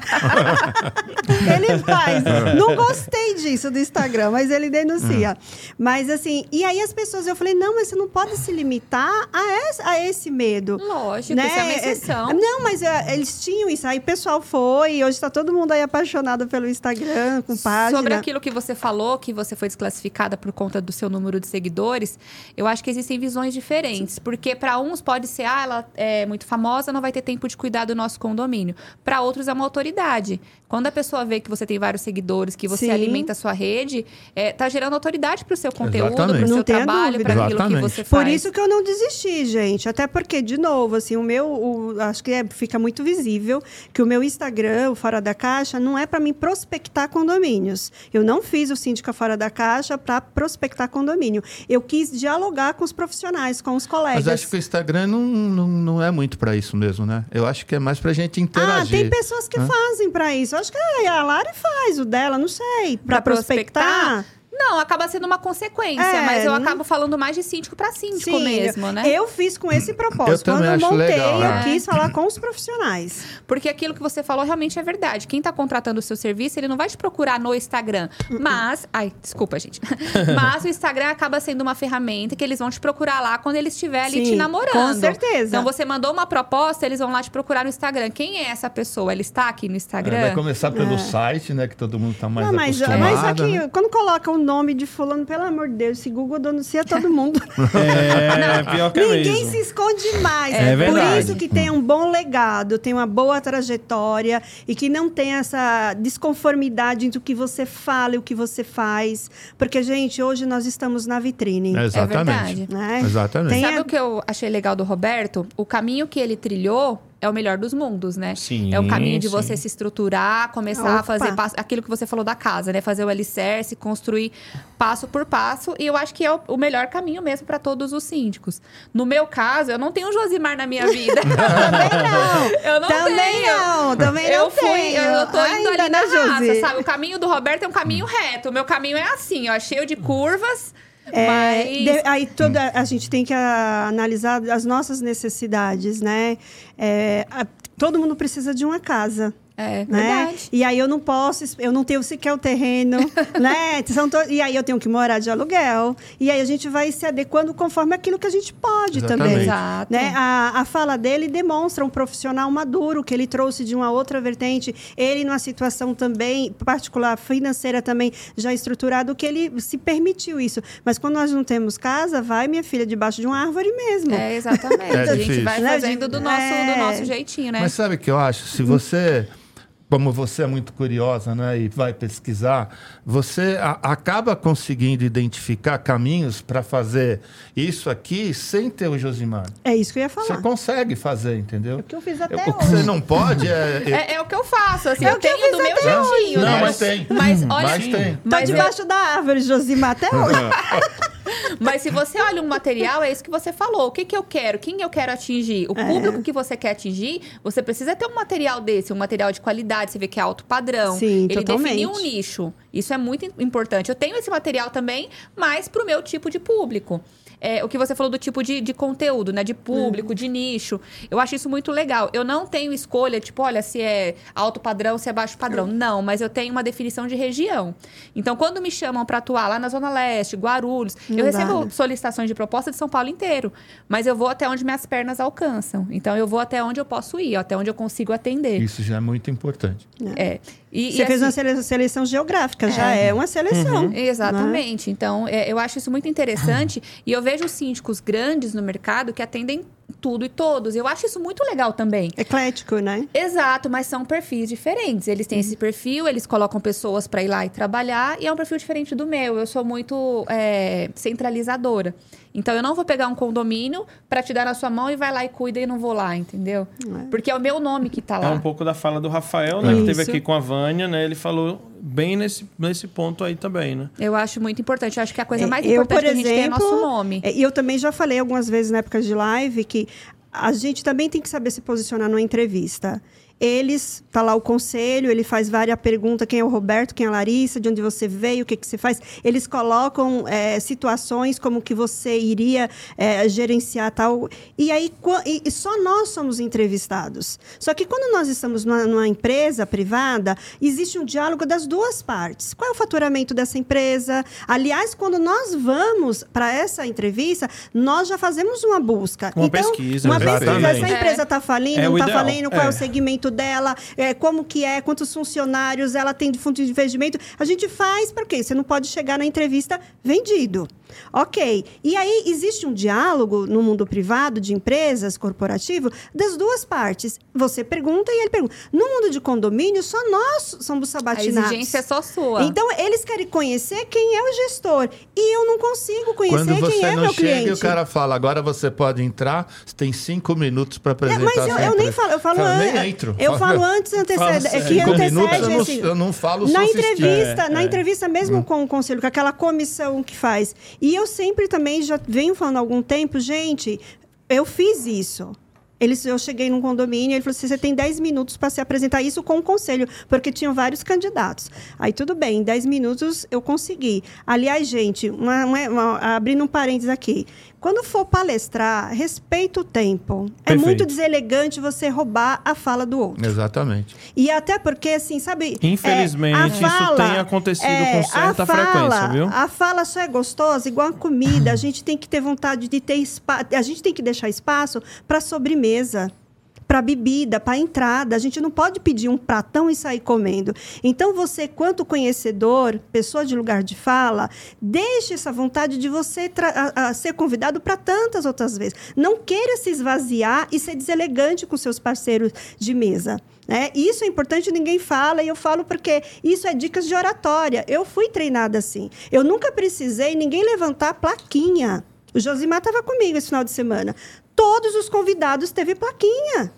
Ele faz. Não gostei disso do Instagram, mas ele denuncia. Mas assim, e aí as pessoas, eu falei, não, mas você não pode se limitar a esse medo. Lógico, né? isso é uma exceção. Não, mas eles tinham isso. Aí o pessoal foi, e hoje está todo mundo aí apaixonado pelo Instagram, com página. Sobre aquilo que você falou, que você foi desclassificada por conta do seu número de seguidores, eu acho que existem visões diferentes. Porque para uns pode ser, ela é muito famosa, não vai ter tempo de cuidar do nosso condomínio. Para outros é uma autoridade. Quando a pessoa vê que você tem vários seguidores, que você Sim. alimenta a sua rede, tá gerando autoridade para o seu conteúdo, Exatamente. para o Não seu tenha trabalho, dúvida. para aquilo que Exatamente. você faz. Por isso que eu não desisti, gente. Até porque, de novo, assim, acho que fica muito visível que o meu Instagram, o Fora da Caixa, não é para mim prospectar condomínios. Eu não fiz o Síndica Fora da Caixa para prospectar condomínio. Eu quis dialogar com os profissionais, com os colegas. Mas acho que o Instagram não é muito para isso mesmo, né? Eu acho que é mais pra gente interagir. Tem pessoas que fazem para isso. Eu acho que a Lari faz o dela, não sei. Para prospectar. Não, acaba sendo uma consequência, mas eu acabo falando mais de síndico para síndico mesmo, né? Eu fiz com esse propósito. Eu também Quando eu acho montei, legal, eu quis falar com os profissionais. Porque aquilo que você falou realmente é verdade. Quem tá contratando o seu serviço, ele não vai te procurar no Instagram. Mas... Ai, desculpa, gente. Mas o Instagram acaba sendo uma ferramenta que eles vão te procurar lá quando ele estiver ali Sim, te namorando. com certeza. Então, você mandou uma proposta, eles vão lá te procurar no Instagram. Quem é essa pessoa? Ela está aqui no Instagram? Vai começar pelo site, né? Que todo mundo tá mais Não, mas acostumado. aqui, né? quando coloca o nome de fulano, pelo amor de Deus, esse Google denuncia todo mundo. Pior que é Ninguém mesmo. se esconde mais. É Por verdade. isso que tem um bom legado, tem uma boa trajetória e que não tem essa desconformidade entre o que você fala e o que você faz. Porque, gente, hoje nós estamos na vitrine. Exatamente. verdade. Né? Exatamente. Tem Sabe o que eu achei legal do Roberto? O caminho que ele trilhou é o melhor dos mundos, né? Sim, é o caminho de sim. você se estruturar, começar a fazer aquilo que você falou da casa, né? Fazer o alicerce, construir passo por passo. E eu acho que é o melhor caminho mesmo para todos os síndicos. No meu caso, eu não tenho o Josimar na minha vida. Também não. Eu não tenho. Também não tenho. Eu tô indo Ainda, ali na né, raça, Josi? sabe? O caminho do Roberto é um caminho reto. O meu caminho é assim, ó, cheio de curvas. Aí a gente tem que analisar as nossas necessidades, né? Todo mundo precisa de uma casa. É, Né? verdade. E aí eu não tenho sequer o terreno, né? E aí eu tenho que morar de aluguel. E aí a gente vai se adequando conforme aquilo que a gente pode Exatamente. também. Exato. Né? A fala dele demonstra um profissional maduro, que ele trouxe de uma outra vertente. Ele, numa situação também, particular, financeira também, já estruturado, que ele se permitiu isso. Mas quando nós não temos casa, vai, minha filha, debaixo de uma árvore mesmo. É, exatamente. É a gente difícil. vai Né? fazendo do nosso jeitinho, né? Mas sabe o que eu acho? Se você, como você é muito curiosa, né, e vai pesquisar, você acaba conseguindo identificar caminhos para fazer isso aqui sem ter o Josimar. É isso que eu ia falar. Você consegue fazer, entendeu? É o que eu fiz até O que hoje. você não pode É o que eu faço, assim, É eu o que eu tenho fiz do meu até jeitinho, Não, né? mas tem. Mas olha, Mas tem. Tô mas debaixo da árvore, Josimar, até hoje. Mas se você olha um material, é isso que você falou. O que eu quero? Quem eu quero atingir? O público que você quer atingir, você precisa ter um material desse, um material de qualidade. Você vê que é alto padrão. Sim, Ele totalmente. definiu um nicho. Isso é muito importante. Eu tenho esse material também, mas pro meu tipo de público. o que você falou do tipo de conteúdo, né? De público, de nicho. Eu acho isso muito legal. Eu não tenho escolha, tipo, olha, se é alto padrão, se é baixo padrão. Não, mas eu tenho uma definição de região. Então, quando me chamam para atuar lá na Zona Leste, Guarulhos, eu recebo solicitações de proposta de São Paulo inteiro. Mas eu vou até onde minhas pernas alcançam. Então, eu vou até onde eu posso ir, até onde eu consigo atender. Isso já é muito importante. Você fez uma seleção geográfica, já é uma seleção. Exatamente. Então, eu acho isso muito interessante. E eu vejo síndicos grandes no mercado que atendem tudo e todos. Eu acho isso muito legal também. Eclético, né? Exato, mas são perfis diferentes. Eles têm esse perfil, eles colocam pessoas para ir lá e trabalhar, e é um perfil diferente do meu. Eu sou muito centralizadora. Então, eu não vou pegar um condomínio para te dar na sua mão e vai lá e cuida e não vou lá, entendeu? Porque é o meu nome que tá lá. É um pouco da fala do Rafael, né? Que esteve aqui com a Vânia, né? Ele falou bem nesse ponto aí também, né? Eu acho muito importante. Eu acho que a coisa mais importante que a gente tem é nosso nome. E eu também já falei algumas vezes na época de live que a gente também tem que saber se posicionar numa entrevista. Tá lá o conselho, ele faz várias perguntas, quem é o Roberto, quem é a Larissa, de onde você veio, o que você faz. Eles colocam situações como que você iria gerenciar tal. E aí, e só nós somos entrevistados. Só que quando nós estamos numa empresa privada, existe um diálogo das duas partes. Qual é o faturamento dessa empresa? Aliás, quando nós vamos para essa entrevista, nós já fazemos uma busca. Uma pesquisa. Uma pesquisa. Essa empresa está falindo, não está falindo, qual é o segmento dela, como que quantos funcionários ela tem de fundo de investimento. A gente faz, porque você não pode chegar na entrevista vendido. Ok. E aí, existe um diálogo no mundo privado, de empresas, corporativo, das duas partes. Você pergunta e ele pergunta. No mundo de condomínio, só nós somos sabatinados. A exigência é só sua. Então, eles querem conhecer quem é o gestor. E eu não consigo conhecer quem é o meu cliente. Quando você não chega e o cara fala, agora você pode entrar, você tem 5 minutos para apresentar. Mas eu nem falo, eu falo antes. Nem entro. Eu falo antes, que antecede. Eu não falo na entrevista mesmo com o conselho, com aquela comissão que faz. E eu sempre também já venho falando há algum tempo, gente, eu fiz isso. Eu cheguei num condomínio, ele falou assim, você tem 10 minutos para se apresentar, isso com o conselho, porque tinham vários candidatos. Aí tudo bem, em 10 minutos eu consegui. Aliás, gente, abrindo um parênteses aqui, quando for palestrar, respeita o tempo. Perfeito. É muito deselegante você roubar a fala do outro. Exatamente. E até porque, assim, sabe... Infelizmente, isso tem acontecido com certa frequência, viu? A fala só é gostosa, igual a comida. A gente tem que ter vontade de ter espaço. A gente tem que deixar espaço para sobremesa, para bebida, para entrada. A gente não pode pedir um pratão e sair comendo. Então, você, quanto conhecedor, pessoa de lugar de fala, deixe essa vontade de você ser convidado para tantas outras vezes. Não queira se esvaziar e ser deselegante com seus parceiros de mesa. Isso é importante, ninguém fala, e eu falo porque isso é dicas de oratória. Eu fui treinada assim. Eu nunca precisei ninguém levantar a plaquinha. O Josimar estava comigo esse final de semana. Todos os convidados teve plaquinha.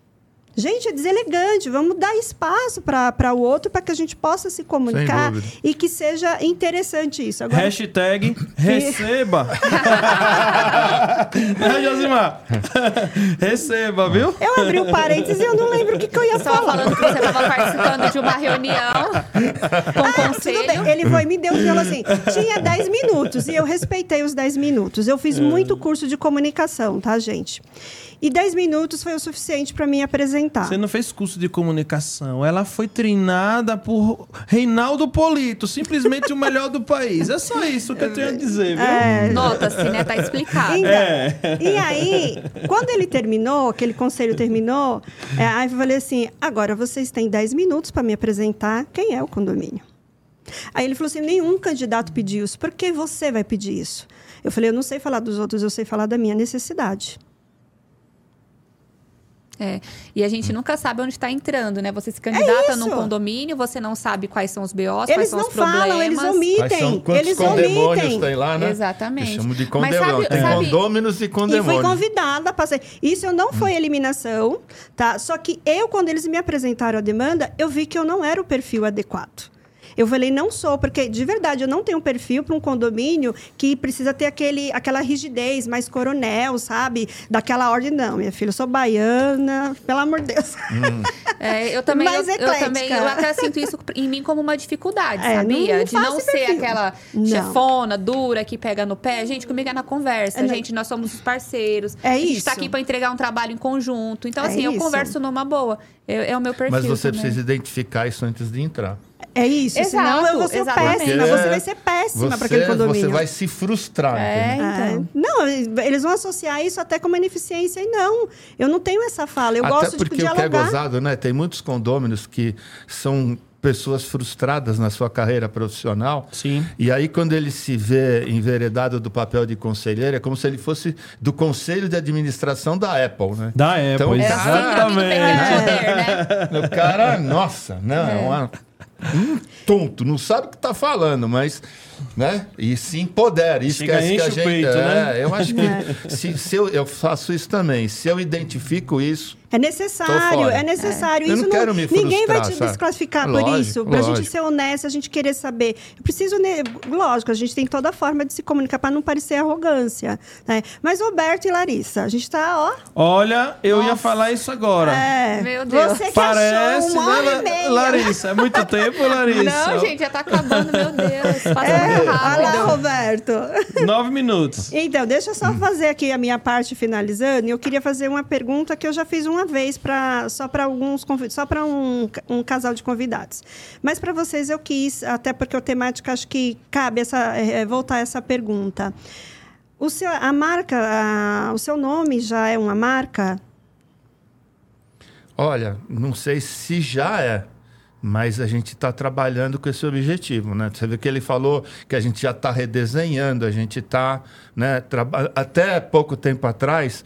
Gente, é deselegante. Vamos dar espaço para o outro para que a gente possa se comunicar e que seja interessante isso. Agora... Hashtag receba. Né, Josimar? Receba, viu? Eu abri um parênteses e eu não lembro o que eu ia falar. Só falando que você estava participando de uma reunião com o conselho. Tudo bem. Ele foi, me deu e falou assim, tinha 10 minutos e eu respeitei os 10 minutos. Eu fiz muito curso de comunicação, tá, gente? E 10 minutos foi o suficiente para mim apresentar. Você não fez curso de comunicação. Ela foi treinada por Reinaldo Polito, simplesmente o melhor do país. É só isso que eu tenho a dizer, viu? Nota-se, né? Tá explicado. E aí, quando ele terminou, aquele conselho terminou, aí eu falei assim, agora vocês têm 10 minutos para me apresentar quem é o condomínio. Aí ele falou assim, nenhum candidato pediu isso. Por que você vai pedir isso? Eu falei, eu não sei falar dos outros, eu sei falar da minha necessidade. E a gente nunca sabe onde está entrando, né? Você se candidata num condomínio, você não sabe quais são os BOs, quais são os problemas. Eles não falam, eles omitem. Quantos condemônios tem lá, né? Exatamente. Eu chamo de condemônios. Tem condôminos e condemônios. E fui convidada para ser. Isso não foi eliminação, tá? Só que quando eles me apresentaram a demanda, eu vi que eu não era o perfil adequado. Eu falei, não sou, porque de verdade eu não tenho perfil para um condomínio que precisa ter aquela rigidez mais coronel, sabe? Daquela ordem, não, minha filha, eu sou baiana, pelo amor de Deus. Eu também, Mais eu até sinto isso em mim como uma dificuldade, sabia? não De não faço ser perfil. aquela Não. chefona, dura, que pega no pé. Gente, comigo é na conversa. Não. Gente, nós somos os parceiros. É A gente isso. tá aqui para entregar um trabalho em conjunto. Então, É assim, eu isso. converso numa boa. É o meu perfil Mas você também. precisa identificar isso antes de entrar. É isso, Exato, senão eu vou ser exatamente. péssima. Você vai ser péssima para aquele condomínio. Você vai se frustrar, entendeu? Então. Não, eles vão associar isso até com uma ineficiência. E não, eu não tenho essa fala. Eu Até gosto porque de o que é dialogar. gozado, né? Tem muitos condôminos que são pessoas frustradas na sua carreira profissional. Sim. E aí, quando ele se vê enveredado do papel de conselheiro, é como se ele fosse do conselho de administração da Apple, né? Da Apple, Então, exatamente. Poder, né? O cara, nossa, né? Um tonto, não sabe o que está falando, mas, né? E se empodera. Isso Chega, que a enche o gente. peito, né? Eu acho que se eu faço isso também. Se eu identifico isso. É Tô necessário, fora. é necessário. Eu Isso não quero me ninguém vai frustrar, te sabe? desclassificar por Lógico, isso. Pra gente lógico. ser honesto, a gente querer saber. Eu preciso, lógico, a gente tem toda a forma de se comunicar para não parecer arrogância. Né? Mas Roberto e Larissa, a gente tá, ó. Olha, eu ia falar isso agora. Meu Deus. Você que Parece, achou 1 hora e né, meia. Larissa? É muito tempo, Larissa? Não, gente, já tá acabando, meu Deus. Passa muito Olha lá, rápido. Roberto. 9 minutos. Então, deixa eu só fazer aqui a minha parte finalizando. Eu queria fazer uma pergunta que eu já fiz uma vez só para um casal de convidados. Mas para vocês eu quis, até porque a temática acho que cabe voltar essa pergunta. O seu nome já é uma marca? Olha, não sei se já é, mas a gente está trabalhando com esse objetivo, né? Você vê que ele falou que a gente já está redesenhando, a gente está, né, até pouco tempo atrás,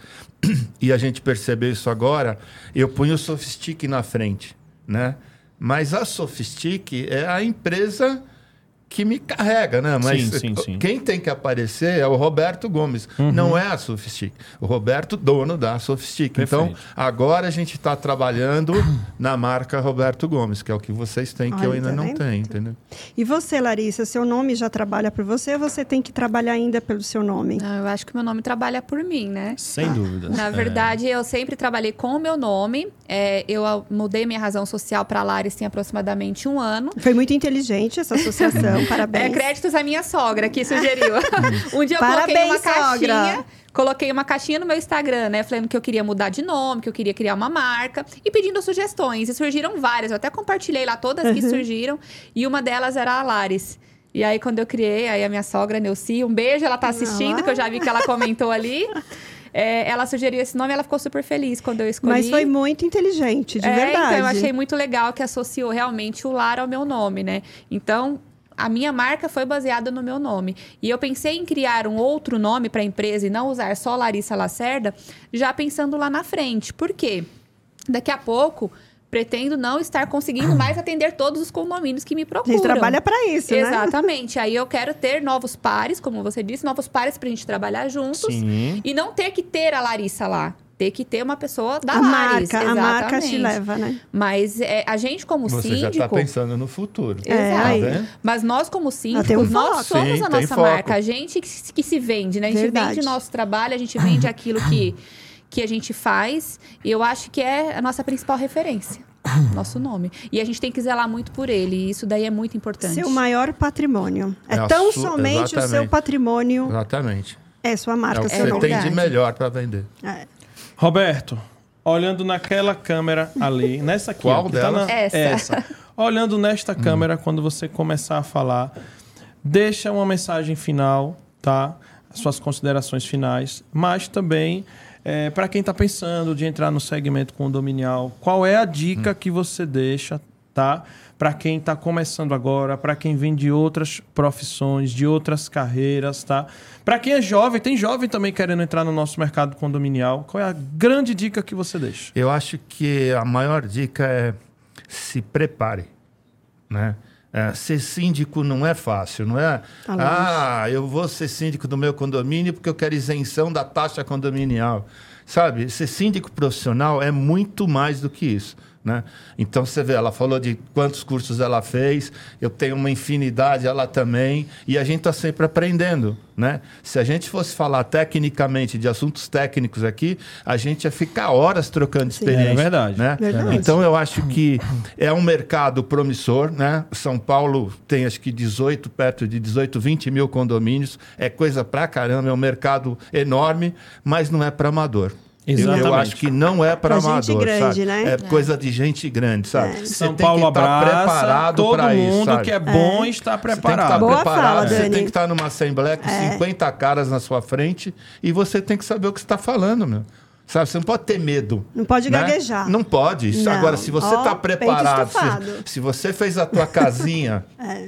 e a gente percebeu isso agora, eu punho o Sofistique na frente, né? Mas a Sofistique é a empresa que me carrega, né? Mas Sim. quem tem que aparecer é o Roberto Gomes, não é a Sofistique. O Roberto, dono da Sofistique. Perfeito. Então, agora a gente está trabalhando na marca Roberto Gomes, que é o que vocês têm, que eu Olha, ainda tá não vendo? tenho, entendeu? E você, Larissa, seu nome já trabalha por você ou você tem que trabalhar ainda pelo seu nome? Não, eu acho que meu nome trabalha por mim, né? Sem dúvidas. Na verdade, eu sempre trabalhei com o meu nome. Eu mudei minha razão social para Laris tem aproximadamente 1 ano. Foi muito inteligente essa associação, parabéns. Créditos à minha sogra, que sugeriu. Um dia eu Parabéns, coloquei uma caixinha no meu Instagram, né? Falando que eu queria mudar de nome, que eu queria criar uma marca. E pedindo sugestões. E surgiram várias. Eu até compartilhei lá todas que surgiram. E uma delas era a Laris. E aí, quando eu criei, aí a minha sogra, Neuci, um beijo, ela tá assistindo, que eu já vi que ela comentou ali. Ela sugeriu esse nome e ela ficou super feliz quando eu escolhi. Mas foi muito inteligente, de verdade. Então, eu achei muito legal que associou realmente o lar ao meu nome, né? Então, a minha marca foi baseada no meu nome. E eu pensei em criar um outro nome para a empresa e não usar só Larissa Lacerda, já pensando lá na frente. Por quê? Daqui a pouco, pretendo não estar conseguindo mais atender todos os condomínios que me A procuram. gente trabalha para isso, né? Exatamente. Aí eu quero ter novos pares, como você disse, novos pares pra gente trabalhar juntos. Sim. E não ter que ter a Larissa lá. Ter que ter uma pessoa da A Laris. marca, a marca te exatamente. leva, né? Mas a gente, como Você síndico... já está pensando no futuro. Exato. aí. Tá vendo? Mas nós, como síndicos, tem um nós foco. somos Sim, a tem nossa foco. marca. A gente que se vende, né? A gente Verdade. vende o nosso trabalho, a gente vende aquilo que a gente faz. E eu acho que é a nossa principal referência. Nosso nome. E a gente tem que zelar muito por ele. E isso daí é muito importante. Seu maior patrimônio. É a tão sua- somente o seu exatamente. patrimônio Exatamente. é sua É marca, o que seu você nome. tem de melhor para vender. É. Roberto, olhando naquela câmera ali, nessa aqui. Qual ó, que tá delas? Essa. Olhando nesta câmera, quando você começar a falar, deixa uma mensagem final, tá? As suas considerações finais, mas também para quem está pensando de entrar no segmento condominial, qual é a dica que você deixa, tá? Para quem está começando agora, para quem vem de outras profissões, de outras carreiras, tá? Para quem é jovem, tem jovem também querendo entrar no nosso mercado condominial, qual é a grande dica que você deixa? Eu acho que a maior dica é se prepare, né? Ser síndico não é fácil, não é? Eu vou ser síndico do meu condomínio porque eu quero isenção da taxa condominial. Sabe, ser síndico profissional é muito mais do que isso. né? Então, você vê, ela falou de quantos cursos ela fez, eu tenho uma infinidade, ela também, e a gente está sempre aprendendo, né? Se a gente fosse falar tecnicamente de assuntos técnicos aqui, a gente ia ficar horas trocando experiência. É verdade. Né? Verdade. Então, eu acho que é um mercado promissor, né? São Paulo tem, acho que, perto de 18, 20 mil condomínios, é coisa pra caramba, é um mercado enorme, mas não é para amador. Exatamente. Eu acho que não é para Pra gente amador, grande, sabe? né? É coisa de gente grande, sabe? Você São tem Paulo que estar abraça preparado todo para isso, mundo sabe? que é bom estar Você tem que preparado. estar Boa preparado, fala, você Dani. tem que estar numa assembleia com 50 caras na sua frente e você tem que saber o que você está falando, meu. Sabe, você não pode ter medo. Não pode né? gaguejar. Não pode. Não. Agora, se você está Ó, preparado, peito estufado. se você fez a tua casinha,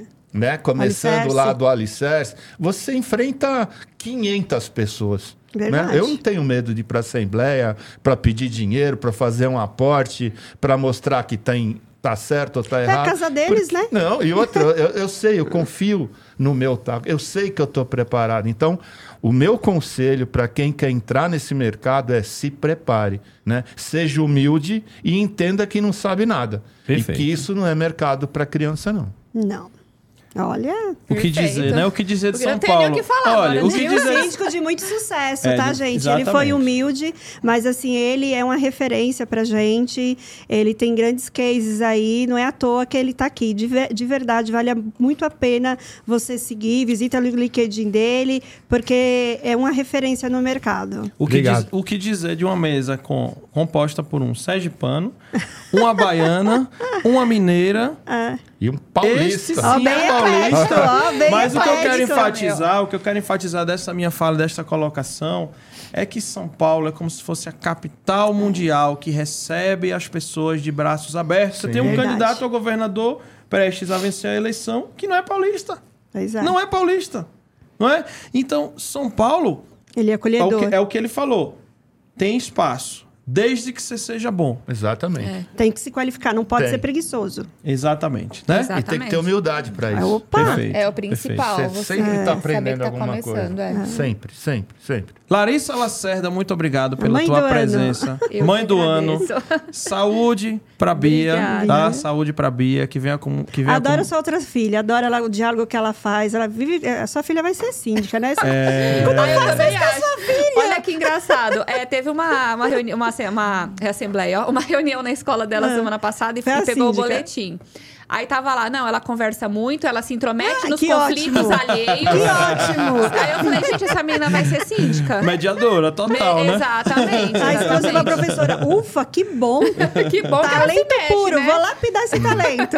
né, começando Alicerce. lá do alicerce, você enfrenta 500 pessoas. Verdade. Né? Eu não tenho medo de ir para a assembleia para pedir dinheiro, para fazer um aporte, para mostrar que tá certo ou tá errado. a casa deles, né? Não, e outra, eu sei, eu confio no meu taco, eu sei que eu estou preparado. Então, o meu conselho para quem quer entrar nesse mercado é se prepare, né? Seja humilde e entenda que não sabe nada. Perfeito. E que isso não é mercado para criança, não. Não. Olha, O que Perfeito. dizer, né? O que dizer de Porque São não tem nem Paulo? o que falar Olha, agora, o que né? e um dizer... síndico de muito sucesso, É, tá, de- gente? exatamente. Ele foi humilde, mas assim, ele é uma referência pra gente. Ele tem grandes cases aí, não é à toa que ele tá aqui. De verdade, vale muito a pena você seguir, visita o LinkedIn dele, porque é uma referência no mercado. Obrigado. O que dizer de uma mesa composta por um sergipano, uma baiana, uma mineira... E um Esse paulista. sim bem é paulista. eclético, ó, bem Mas o que eu quero eclético, o que eu quero enfatizar dessa minha fala, desta colocação, é que São Paulo é como se fosse a capital mundial que recebe as pessoas de braços abertos. Você tem um Verdade. candidato a governador prestes a vencer a eleição que não é paulista. Pois é. Não é paulista. Não é? Então, São Paulo Ele é acolhedor. é o que ele falou. Tem espaço. Desde que você seja bom. Exatamente. Tem que se qualificar, não pode Tem. ser preguiçoso. Exatamente. Né? Exato. E tem que ter humildade para isso. Opa! Perfeito. É o principal. Você Você sempre está saber aprendendo que tá alguma coisa. começando, é. Sempre, sempre, sempre. Larissa Lacerda, muito obrigado pela Mãe tua do ano. presença. Eu Mãe que do ano. agradeço. Saúde pra Bia, Obrigada. tá? Saúde pra Bia, que venha com... Que venha Adoro com... sua outra filha, adoro o diálogo que ela faz. Ela vive. A sua filha vai ser síndica, né? Eu também acho. Olha que engraçado. Teve uma reunião, uma assembleia, ó, uma reunião na escola dela semana passada e Foi a pegou o síndica. boletim. Aí tava lá, não, ela conversa muito, ela se intromete nos que conflitos ótimo. alheios. Que ótimo! Aí eu falei, gente, essa menina vai ser síndica. Mediadora, total, né? Exatamente. A esposa da exatamente. professora. Ufa, que bom! Que bom que ela se Talento mexe, puro, né? vou lapidar esse talento.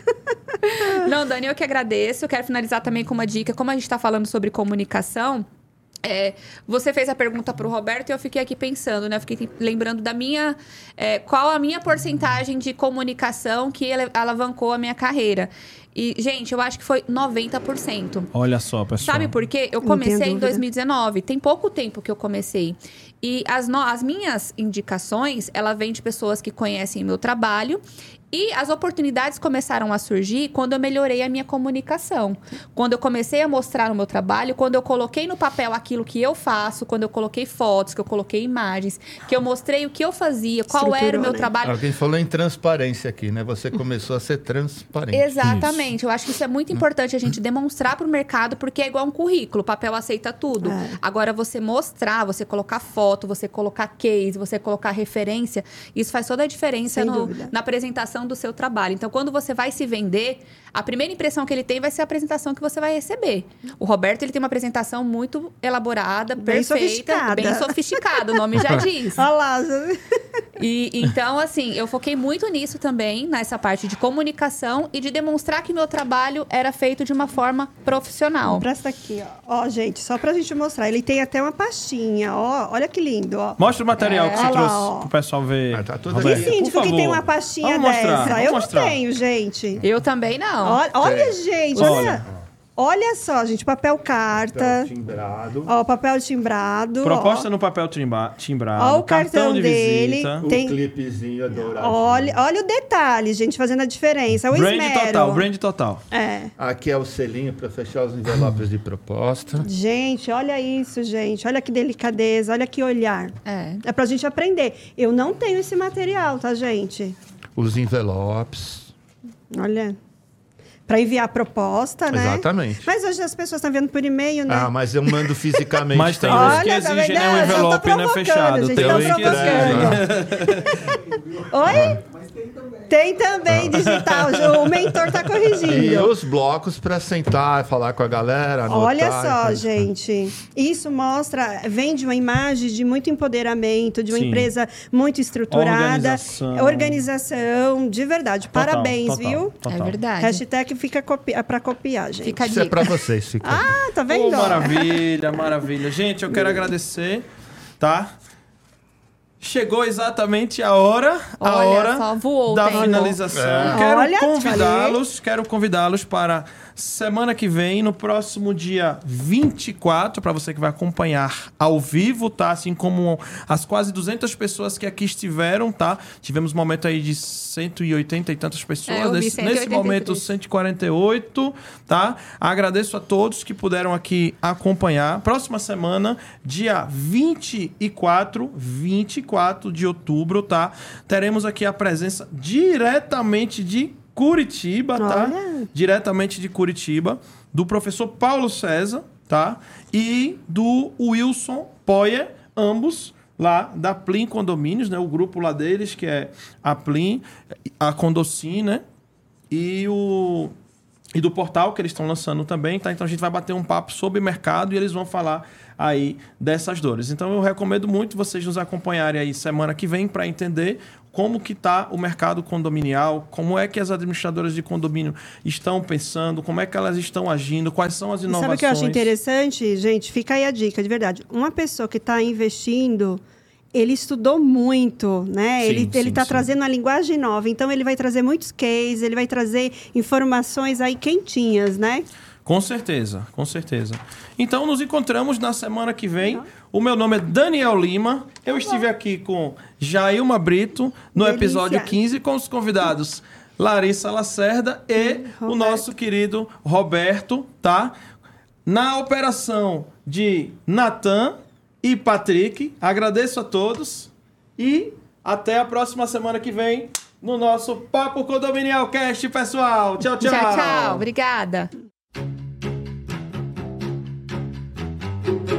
Não, Dani, eu que agradeço. Eu quero finalizar também com uma dica. Como a gente está falando sobre comunicação, você fez a pergunta para o Roberto e eu fiquei aqui pensando, né? Eu fiquei lembrando da minha... qual a minha porcentagem de comunicação que alavancou a minha carreira. E, gente, eu acho que foi 90%. Olha só, pessoal. Sabe por quê? Eu Não comecei tenho em dúvida. 2019. Tem pouco tempo que eu comecei. E as minhas indicações, ela vem de pessoas que conhecem meu trabalho. E as oportunidades começaram a surgir quando eu melhorei a minha comunicação. Quando eu comecei a mostrar no meu trabalho, quando eu coloquei no papel aquilo que eu faço, quando eu coloquei fotos, que eu coloquei imagens, que eu mostrei o que eu fazia, qual era o Estruturou, meu né? trabalho. Alguém falou em transparência aqui, né? Você começou a ser transparente. Exatamente. Eu acho que isso é muito importante a gente demonstrar para o mercado, porque é igual um currículo. O papel aceita tudo. É. Agora, você mostrar, você colocar foto, você colocar case, você colocar referência, isso faz toda a diferença Sem dúvida. na apresentação do seu trabalho. Então, quando você vai se vender, a primeira impressão que ele tem vai ser a apresentação que você vai receber. O Roberto, ele tem uma apresentação muito elaborada, Bem perfeita, sofisticada. bem sofisticada, o nome já diz. Olha lá. E então, assim, eu foquei muito nisso também, nessa parte de comunicação e de demonstrar que meu trabalho era feito de uma forma profissional. Presta aqui, ó. Ó, gente, só pra gente mostrar. Ele tem até uma pastinha, ó. Olha que lindo, ó. Mostra o material que você Olha lá, trouxe ó. pro pessoal ver. Tá tudo Roberto, Que aqui. por síndico que favor. tem uma pastinha Vamos mostrar, dessa? vamos Eu mostrar. não tenho, gente. Eu também não. Olha, gente, Olha. olha só, gente, papel carta. Timbrado. Ó, papel timbrado. Proposta ó. no papel timbrado. Ó o cartão de dele. visita. O Tem- clipezinho dourado. Olha o detalhe, gente, fazendo a diferença. O Brand esmero. total, brand total. É. Aqui é o selinho para fechar os envelopes de proposta. Gente, olha isso, gente. Olha que delicadeza, olha que olhar. É. É pra gente aprender. Eu não tenho esse material, tá, gente? os envelopes. Olha, para enviar a proposta, né? Exatamente. Mas hoje as pessoas estão vendo por e-mail, né? Ah, mas eu mando fisicamente. Mas tem também. uns que Olha, tá exigem, né? O vendo? envelope Eu não tô é fechado. provocando, Tem gente, uns tô que exigem. Oi? Tem também digital. O mentor tá E corrigindo. os blocos para sentar, falar com a galera, anotar. Olha só, então. gente. Isso vem de uma imagem de muito empoderamento, de uma Sim. empresa muito estruturada. Organização. De verdade. Total, Parabéns, total, viu? total. É verdade. Hashtag fica para copiar, gente. Fica a Isso é dica. para vocês. Fica. Ah, tá vendo? Oh, maravilha, maravilha. Gente, eu quero agradecer, tá? Chegou exatamente a hora Olha só, voou o da tempo. finalização. É. Olha, Quero convidá-los para semana que vem, no próximo dia 24, para você que vai acompanhar ao vivo, tá? Assim como as quase 200 pessoas que aqui estiveram, tá? Tivemos um momento aí de 180 e tantas pessoas. Eu vi Nesse 183. momento, 148, tá? Agradeço a todos que puderam aqui acompanhar. Próxima semana, dia 24 de outubro, tá? Teremos aqui a presença diretamente de Curitiba, tá? Olha. Diretamente de Curitiba, do professor Paulo César, tá? E do Wilson Poyer, ambos lá da Plim Condomínios, né? O grupo lá deles, que é a Plim, a Condocin, né? E do portal que eles estão lançando também, tá? Então a gente vai bater um papo sobre mercado e eles vão falar aí dessas dores. Então eu recomendo muito vocês nos acompanharem aí semana que vem para entender como que está o mercado condominial, como é que as administradoras de condomínio estão pensando, como é que elas estão agindo, quais são as inovações. Sabe o que eu acho interessante, gente? Fica aí a dica, de verdade. Uma pessoa que está investindo, ele estudou muito, né? Sim, Ele sim, está sim. trazendo uma linguagem nova. Então, ele vai trazer muitos cases, ele vai trazer informações aí quentinhas, né? Com certeza, com certeza. Então, nos encontramos na semana que vem. O meu nome é Daniel Lima. Eu estive aqui com Jailma Brito no Delícia. episódio 15 com os convidados Larissa Lacerda e o Roberto. nosso querido Roberto, tá? Na operação de Natan e Patrick. Agradeço a todos e até a próxima semana que vem no nosso Papo Condominial Cast, pessoal. Tchau, tchau. Tchau, tchau. Obrigada.